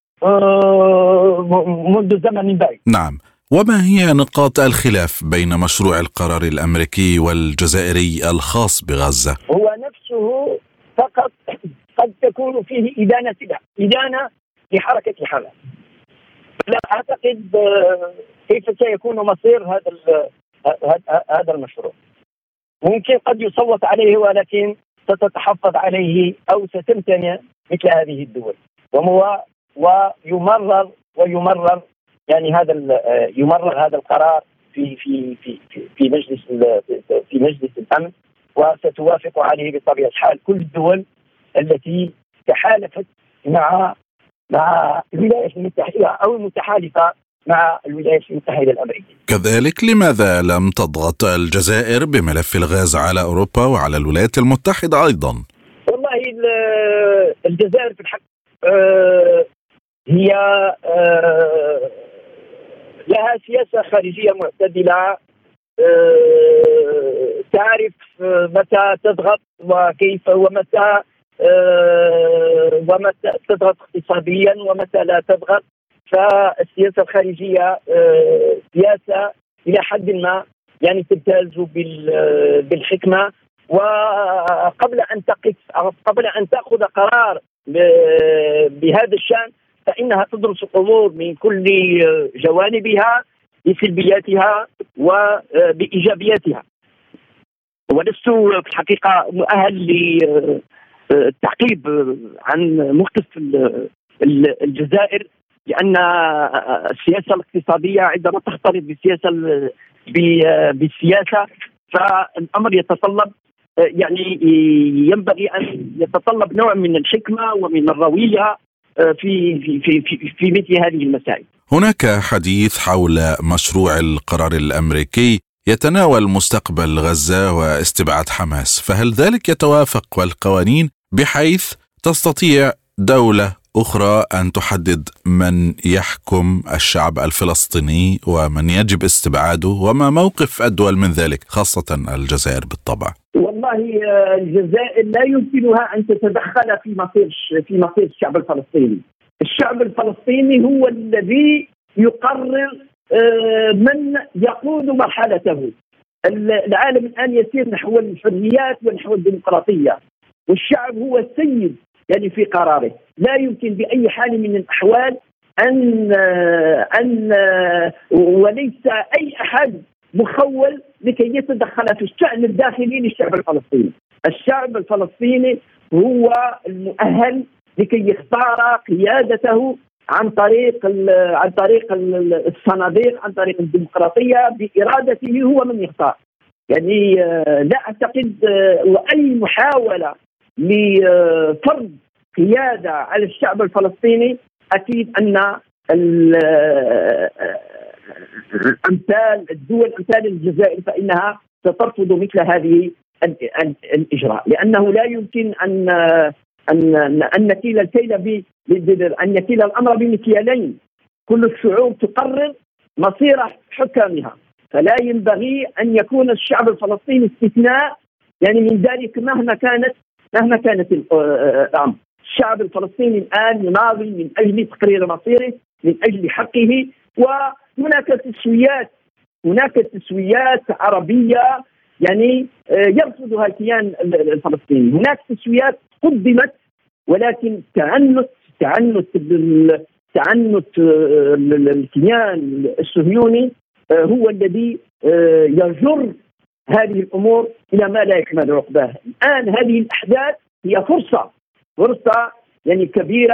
منذ زمن بعيد. نعم، وما هي نقاط الخلاف بين مشروع القرار الأمريكي والجزائري الخاص بغزة؟ هو نفسه فقط قد تكون فيه إدانة إدانة لحركة حماس. لا أعتقد كيف سيكون مصير هذا هذا المشروع. ممكن قد يصوت عليه، ولكن ستتحفظ عليه أو ستمتنع مثل هذه الدول، وهو ويمرر ويمرر يعني هذا يمرر هذا القرار في في في في مجلس في مجلس الأمن، وستوافق عليه بطبيعة الحال كل الدول التي تحالفت مع مع الولايات المتحدة أو المتحالفة مع الولايات المتحدة الأمريكية. كذلك لماذا لم تضغط الجزائر بملف الغاز على أوروبا وعلى الولايات المتحدة أيضا؟ والله الجزائر في الحق هي لها سياسة خارجية معتدلة، تعرف متى تضغط وكيف ومتى ومتى تضغط اقتصاديا ومتى لا تضغط. فالسياسة الخارجية سياسة إلى حد ما يعني تمتاز بالحكمة، وقبل أن تقف قبل أن تأخذ قرار بهذا الشأن فإنها تدرس الأمور من كل جوانبها بسلبياتها وبإيجابياتها. ولست في الحقيقة مؤهل للتعقيب عن موقف الجزائر، لأن السياسة الاقتصادية عندما تختلط بالسياسة بالسياسة فالأمر يتطلب يعني ينبغي أن يتطلب نوع من الحكمة ومن الروية في في في في, في مثل هذه المسائل. هناك حديث حول مشروع القرار الأمريكي يتناول مستقبل غزة واستبعاد حماس، فهل ذلك يتوافق والقوانين بحيث تستطيع دولة أخرى أن تحدد من يحكم الشعب الفلسطيني ومن يجب استبعاده، وما موقف الدول من ذلك خاصة الجزائر بالطبع؟ والله الجزائر لا يمكنها أن تتدخل في مصير في مصير الشعب الفلسطيني. الشعب الفلسطيني هو الذي يقرر من يقود مرحلته. العالم الآن يسير نحو الحريات ونحو الديمقراطية، والشعب هو السيد يعني في قراره. لا يمكن بأي حال من الأحوال أن أن وليس أي أحد مخول لكي يتدخل في الشأن الداخلي للشعب الفلسطيني. الشعب الفلسطيني هو المؤهل لكي يختار قيادته عن طريق عن طريق الصناديق، عن طريق الديمقراطية، بإرادته هو من يختار. يعني لا أعتقد وأي محاولة لفرض قيادة على الشعب الفلسطيني أكيد أن الأمثال الدول أمثال الجزائر فإنها سترفض مثل هذه الإجراء، لأنه لا يمكن أن أن أن نكيل الكيل أن نكيل الأمر بمكيالين. كل الشعوب تقرر مصير حكامها، فلا ينبغي أن يكون الشعب الفلسطيني استثناء يعني من ذلك مهما كانت مهما كانت الأمر. الشعب الفلسطيني الآن يناضل من أجل تقرير مصيره، من أجل حقه، وهناك تسويات هناك تسويات عربية يعني يرفضها الكيان الفلسطيني. هناك تسويات قدمت، ولكن تعنت تعنت تعنت الكيان الصهيوني هو الذي يجر هذه الأمور إلى ما لا يكمل عقباه. الآن هذه الأحداث هي فرصة فرصة يعني كبيرة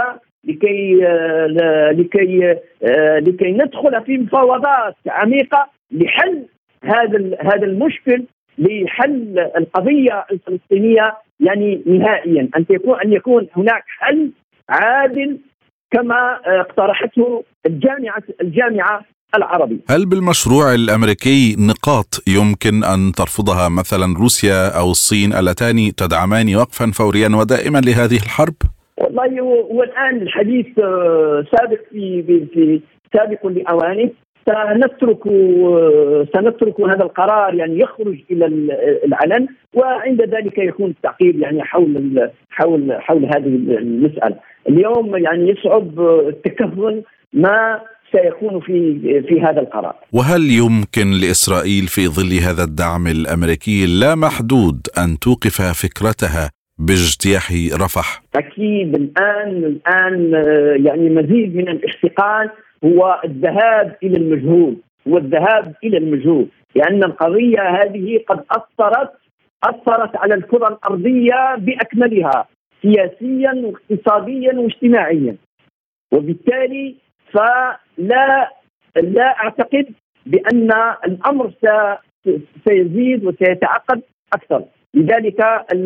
لكي لكي لكي ندخل في مفاوضات عميقة لحل هذا هذا المشكل، لحل القضية الفلسطينية يعني نهائيا، أن يكون أن يكون هناك حل عادل كما اقترحته الجامعة الجامعة العربية. هل بالمشروع الأمريكي نقاط يمكن أن ترفضها مثلا روسيا أو الصين اللتان تدعمان وقفا فوريا ودائما لهذه الحرب؟ والله والآن الحديث سابق في في سابق لأوانه. سنترك سنترك هذا القرار يعني يخرج إلى العلن، وعند ذلك يكون التعقيب يعني حول حول حول هذه المسألة. اليوم يعني يصعب التكهن ما سيكون في في هذا القرار. وهل يمكن لإسرائيل في ظل هذا الدعم الأمريكي اللامحدود أن توقف فكرتها باجتياح رفح؟ أكيد الآن الآن يعني مزيد من الاحتقان هو الذهاب إلى المجهول، هو الذهاب إلى المجهول، لأن القضية هذه قد أثرت أثرت على الكرة الأرضية بأكملها سياسيا واقتصاديا واجتماعيا، وبالتالي فلا لا أعتقد بأن الأمر سيزيد وسيتعقد أكثر. لذلك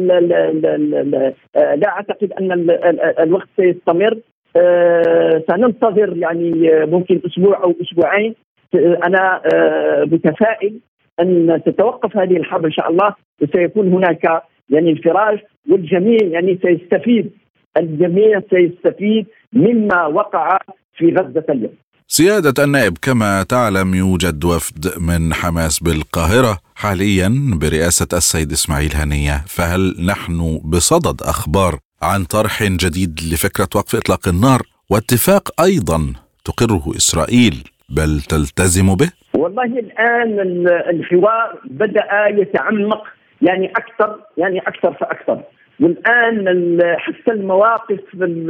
لا أعتقد أن الوقت سيستمر. سننتظر يعني ممكن أسبوع أو أسبوعين. أنا متفائل أن تتوقف هذه الحرب إن شاء الله، وسيكون هناك يعني انفراج، والجميع يعني سيستفيد، الجميع سيستفيد مما وقع في غزة اليوم. سيادة النائب، كما تعلم يوجد وفد من حماس بالقاهرة حاليا برئاسة السيد إسماعيل هنية، فهل نحن بصدد أخبار عن طرح جديد لفكرة وقف إطلاق النار واتفاق أيضا تقره إسرائيل بل تلتزم به؟ والله الآن الحوار بدأ يتعمق يعني أكثر يعني أكثر فأكثر، والآن حتى المواقف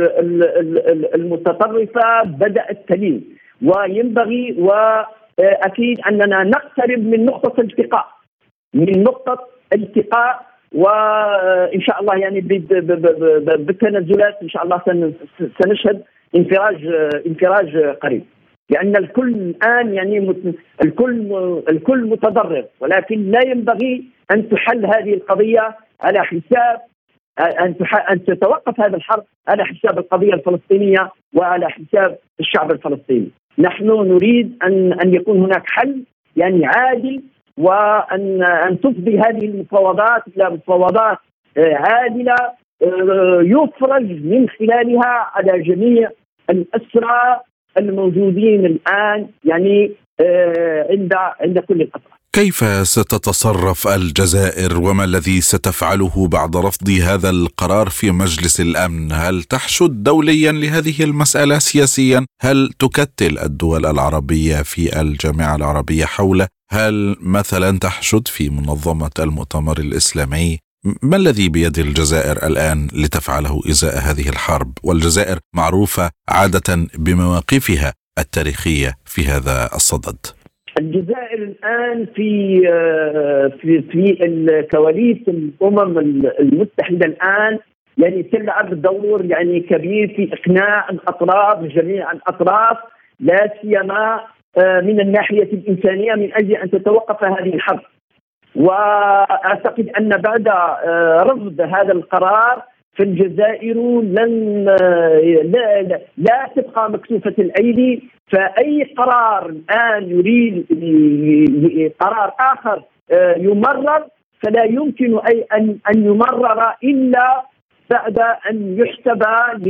المتطرفة بدأت تلين، وينبغي وأكيد أننا نقترب من نقطة التقاء من نقطة التقاء وإن شاء الله يعني بالتنازلات إن شاء الله سنشهد انفراج انفراج قريب، لأن الكل الآن يعني الكل الكل متضرر، ولكن لا ينبغي أن تحل هذه القضية على حساب أن أن تتوقف هذا الحرب على حساب القضية الفلسطينية وعلى حساب الشعب الفلسطيني. نحن نريد أن أن يكون هناك حل يعني عادل، وأن أن تفضي هذه المفاوضات إلى مفاوضات عادلة يفرج من خلالها على جميع الأسرى الموجودين الآن يعني عند عند كل الأطراف. كيف ستتصرف الجزائر وما الذي ستفعله بعد رفض هذا القرار في مجلس الأمن؟ هل تحشد دوليا لهذه المسألة سياسيا؟ هل تكتل الدول العربية في الجامعة العربية حوله؟ هل مثلا تحشد في منظمة المؤتمر الإسلامي؟ ما الذي بيد الجزائر الآن لتفعله إزاء هذه الحرب؟ والجزائر معروفة عادة بمواقفها التاريخية في هذا الصدد. الجزائر الآن في في في الكواليس الأمم المتحدة الآن يعني تلعب دور يعني كبير في إقناع الأطراف، جميع الأطراف، لا سيما من الناحية الإنسانية، من أجل أن تتوقف هذه الحرب. وأعتقد أن بعد رفض هذا القرار فالجزائر لن لا, لا, لا تبقى مكتوفة الأيدي، فأي قرار الآن يريد قرار آخر يمرر فلا يمكن أي أن أن يمرر إلا بعد أن يحسب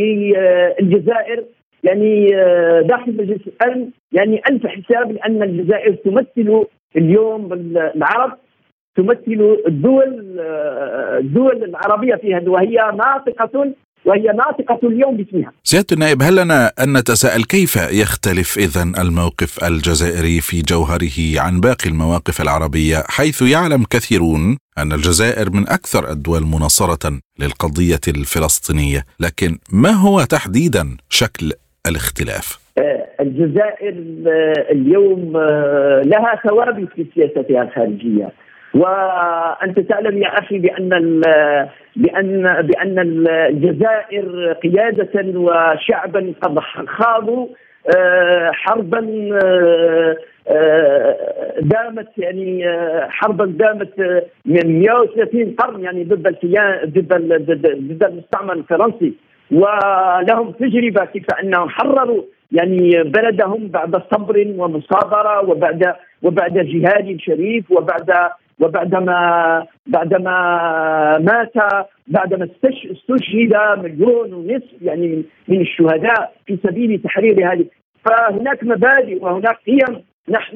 للجزائر يعني داخل مجلس الأمن يعني ألف حساب، لأن الجزائر تمثل اليوم العرب، تمثل الدول الدول العربية في هذا، وهي ناطقة وهي ناطقة اليوم باسمها. سيادة النائب، هل لنا أن نتساءل كيف يختلف إذن الموقف الجزائري في جوهره عن باقي المواقف العربية، حيث يعلم كثيرون أن الجزائر من أكثر الدول مناصرة للقضية الفلسطينية، لكن ما هو تحديدا شكل الاختلاف؟ الجزائر اليوم لها ثوابت في سياستها الخارجية، وأنت تعلم يا أخي بأن بأن بأن الجزائر قيادة وشعبا قد خاضوا حربا دامت يعني حربا دامت من مئة وثلاثين قرن يعني ضد ضد ضد المستعمر الفرنسي، ولهم تجربة كيف أنهم حرروا يعني بلدهم بعد صبر ومصابرة وبعد وبعد جهاد شريف وبعد وبعدما بعدما مات بعدما استشهد مليون ونصف يعني من الشهداء في سبيل تحرير هذه. فهناك مبادئ وهناك قيم نحن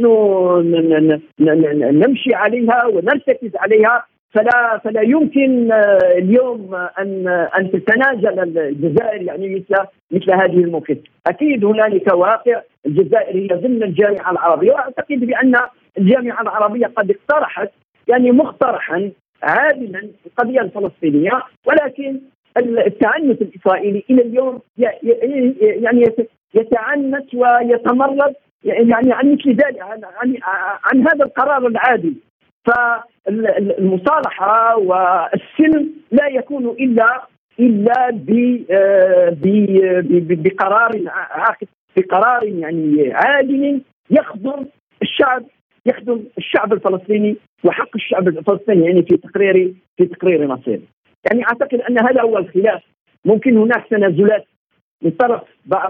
نمشي عليها ونرتكز عليها، فلا فلا يمكن اليوم ان ان تتنازل الجزائر يعني مثل مثل هذه الموقف. اكيد هنالك واقع، الجزائر هي ضمن الجامعه العربيه، واعتقد بان الجامعه العربيه قد اقترحت يعني مقترحا عادلا القضيه الفلسطينيه، ولكن التعنت الاسرائيلي الى اليوم يعني يتعنت ويتمرد يعني عن مثل ذلك، عن, عن, عن هذا القرار العادل. فالمصالحه والسلم لا يكون الا الا بقرار بقرار يعني عادل يخدم الشعب يخدم الشعب الفلسطيني وحق الشعب الفلسطيني يعني في تقرير في تقرير مصيره. يعني اعتقد ان هذا هو الخلاف. ممكن هناك تنازلات من طرف بعض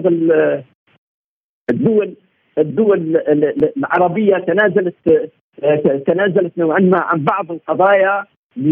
الدول الدول العربيه تنازلت تنازلت نوعا ما عن بعض القضايا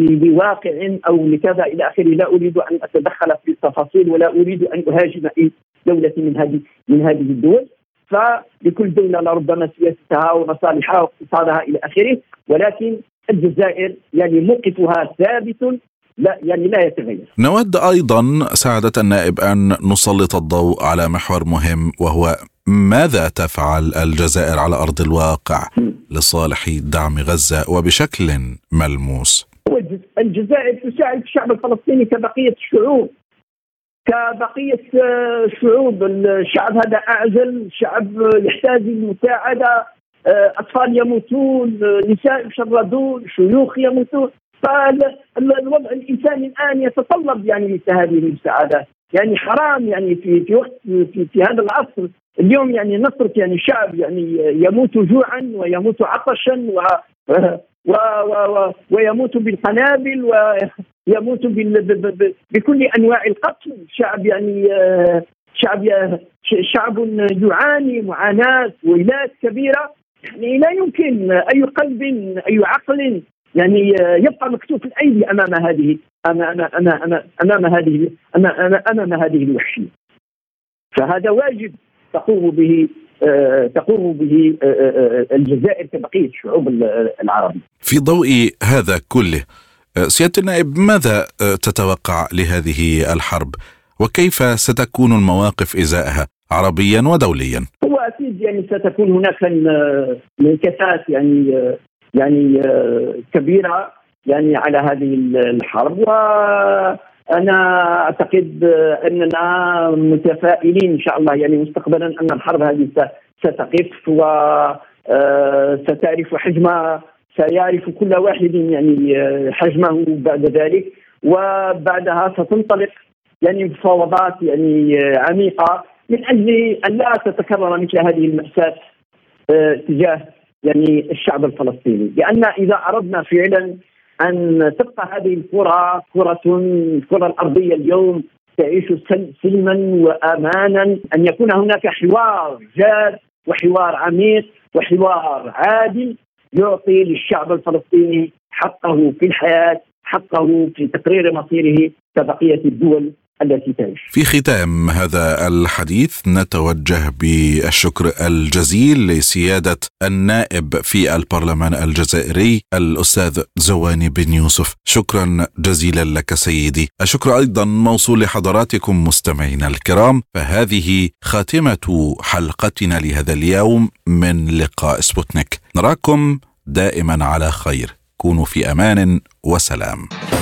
لواقع او لكذا الى اخره. لا اريد ان اتدخل في التفاصيل ولا اريد ان اهاجم اي دوله من هذه من هذه الدول، فلكل دوله لربما سياستها ومصالحها واقتصادها الى اخره، ولكن الجزائر يعني موقفها ثابت لا يعني لا يتغير. نود ايضا سعادة النائب ان نسلط الضوء على محور مهم، وهو ماذا تفعل الجزائر على ارض الواقع لصالح دعم غزة وبشكل ملموس؟ الجزائر تساعد الشعب الفلسطيني كبقية الشعوب كبقية شعوب. الشعب هذا أعزل، شعب يحتاج للمساعدة، أطفال يموتون، نساء يشردون، شيوخ يموتون. فالوضع الإنساني الآن يتطلب يعني مثل هذه المساعدات. يعني حرام يعني في في وقت في, في هذا العصر اليوم يعني نترك يعني شعب يعني يموت جوعا ويموت عطشا و و و ويموت بالقنابل ويموت بكل انواع القتل. شعب يعني شعب شعب يعاني معاناه ويلات كبيره. يعني لا يمكن اي قلب اي عقل يعني يبقى مكتوف الايدي امام هذه امام امام امام هذه امام امام هذه الوحشيه. فهذا واجب تقوم به تقوم به الجزائر كبقية الشعوب العربية. في ضوء هذا كله سيادة النائب، ماذا تتوقع لهذه الحرب وكيف ستكون المواقف إزاءها عربيا ودوليا؟ هو أكيد يعني ستكون هناك انعكاسات يعني يعني كبيرة يعني على هذه الحرب، وأنا أعتقد أننا متفائلين إن شاء الله يعني مستقبلا أن الحرب هذه ستقف وستعرف حجمها، سيعرف كل واحد يعني حجمه بعد ذلك، وبعدها ستنطلق يعني مفاوضات يعني عميقة من أجل أن لا تتكرر مثل هذه المأساة تجاه يعني الشعب الفلسطيني. لأن إذا أردنا فعلا أن تبقى هذه الكرة كرة الكرة الأرضية اليوم تعيش سلما وأمانا، أن يكون هناك حوار جاد وحوار عميق وحوار عادل يعطي للشعب الفلسطيني حقه في الحياة، حقه في تقرير مصيره كبقية الدول التي تعيش. في ختام هذا الحديث نتوجه بالشكر الجزيل لسيادة النائب في البرلمان الجزائري الأستاذ زواني بن يوسف. شكرا جزيلا لك سيدي. الشكر أيضا موصول لحضراتكم مستمعينا الكرام، فهذه خاتمة حلقتنا لهذا اليوم من لقاء سبوتنيك. نراكم دائما على خير، كونوا في أمان وسلام.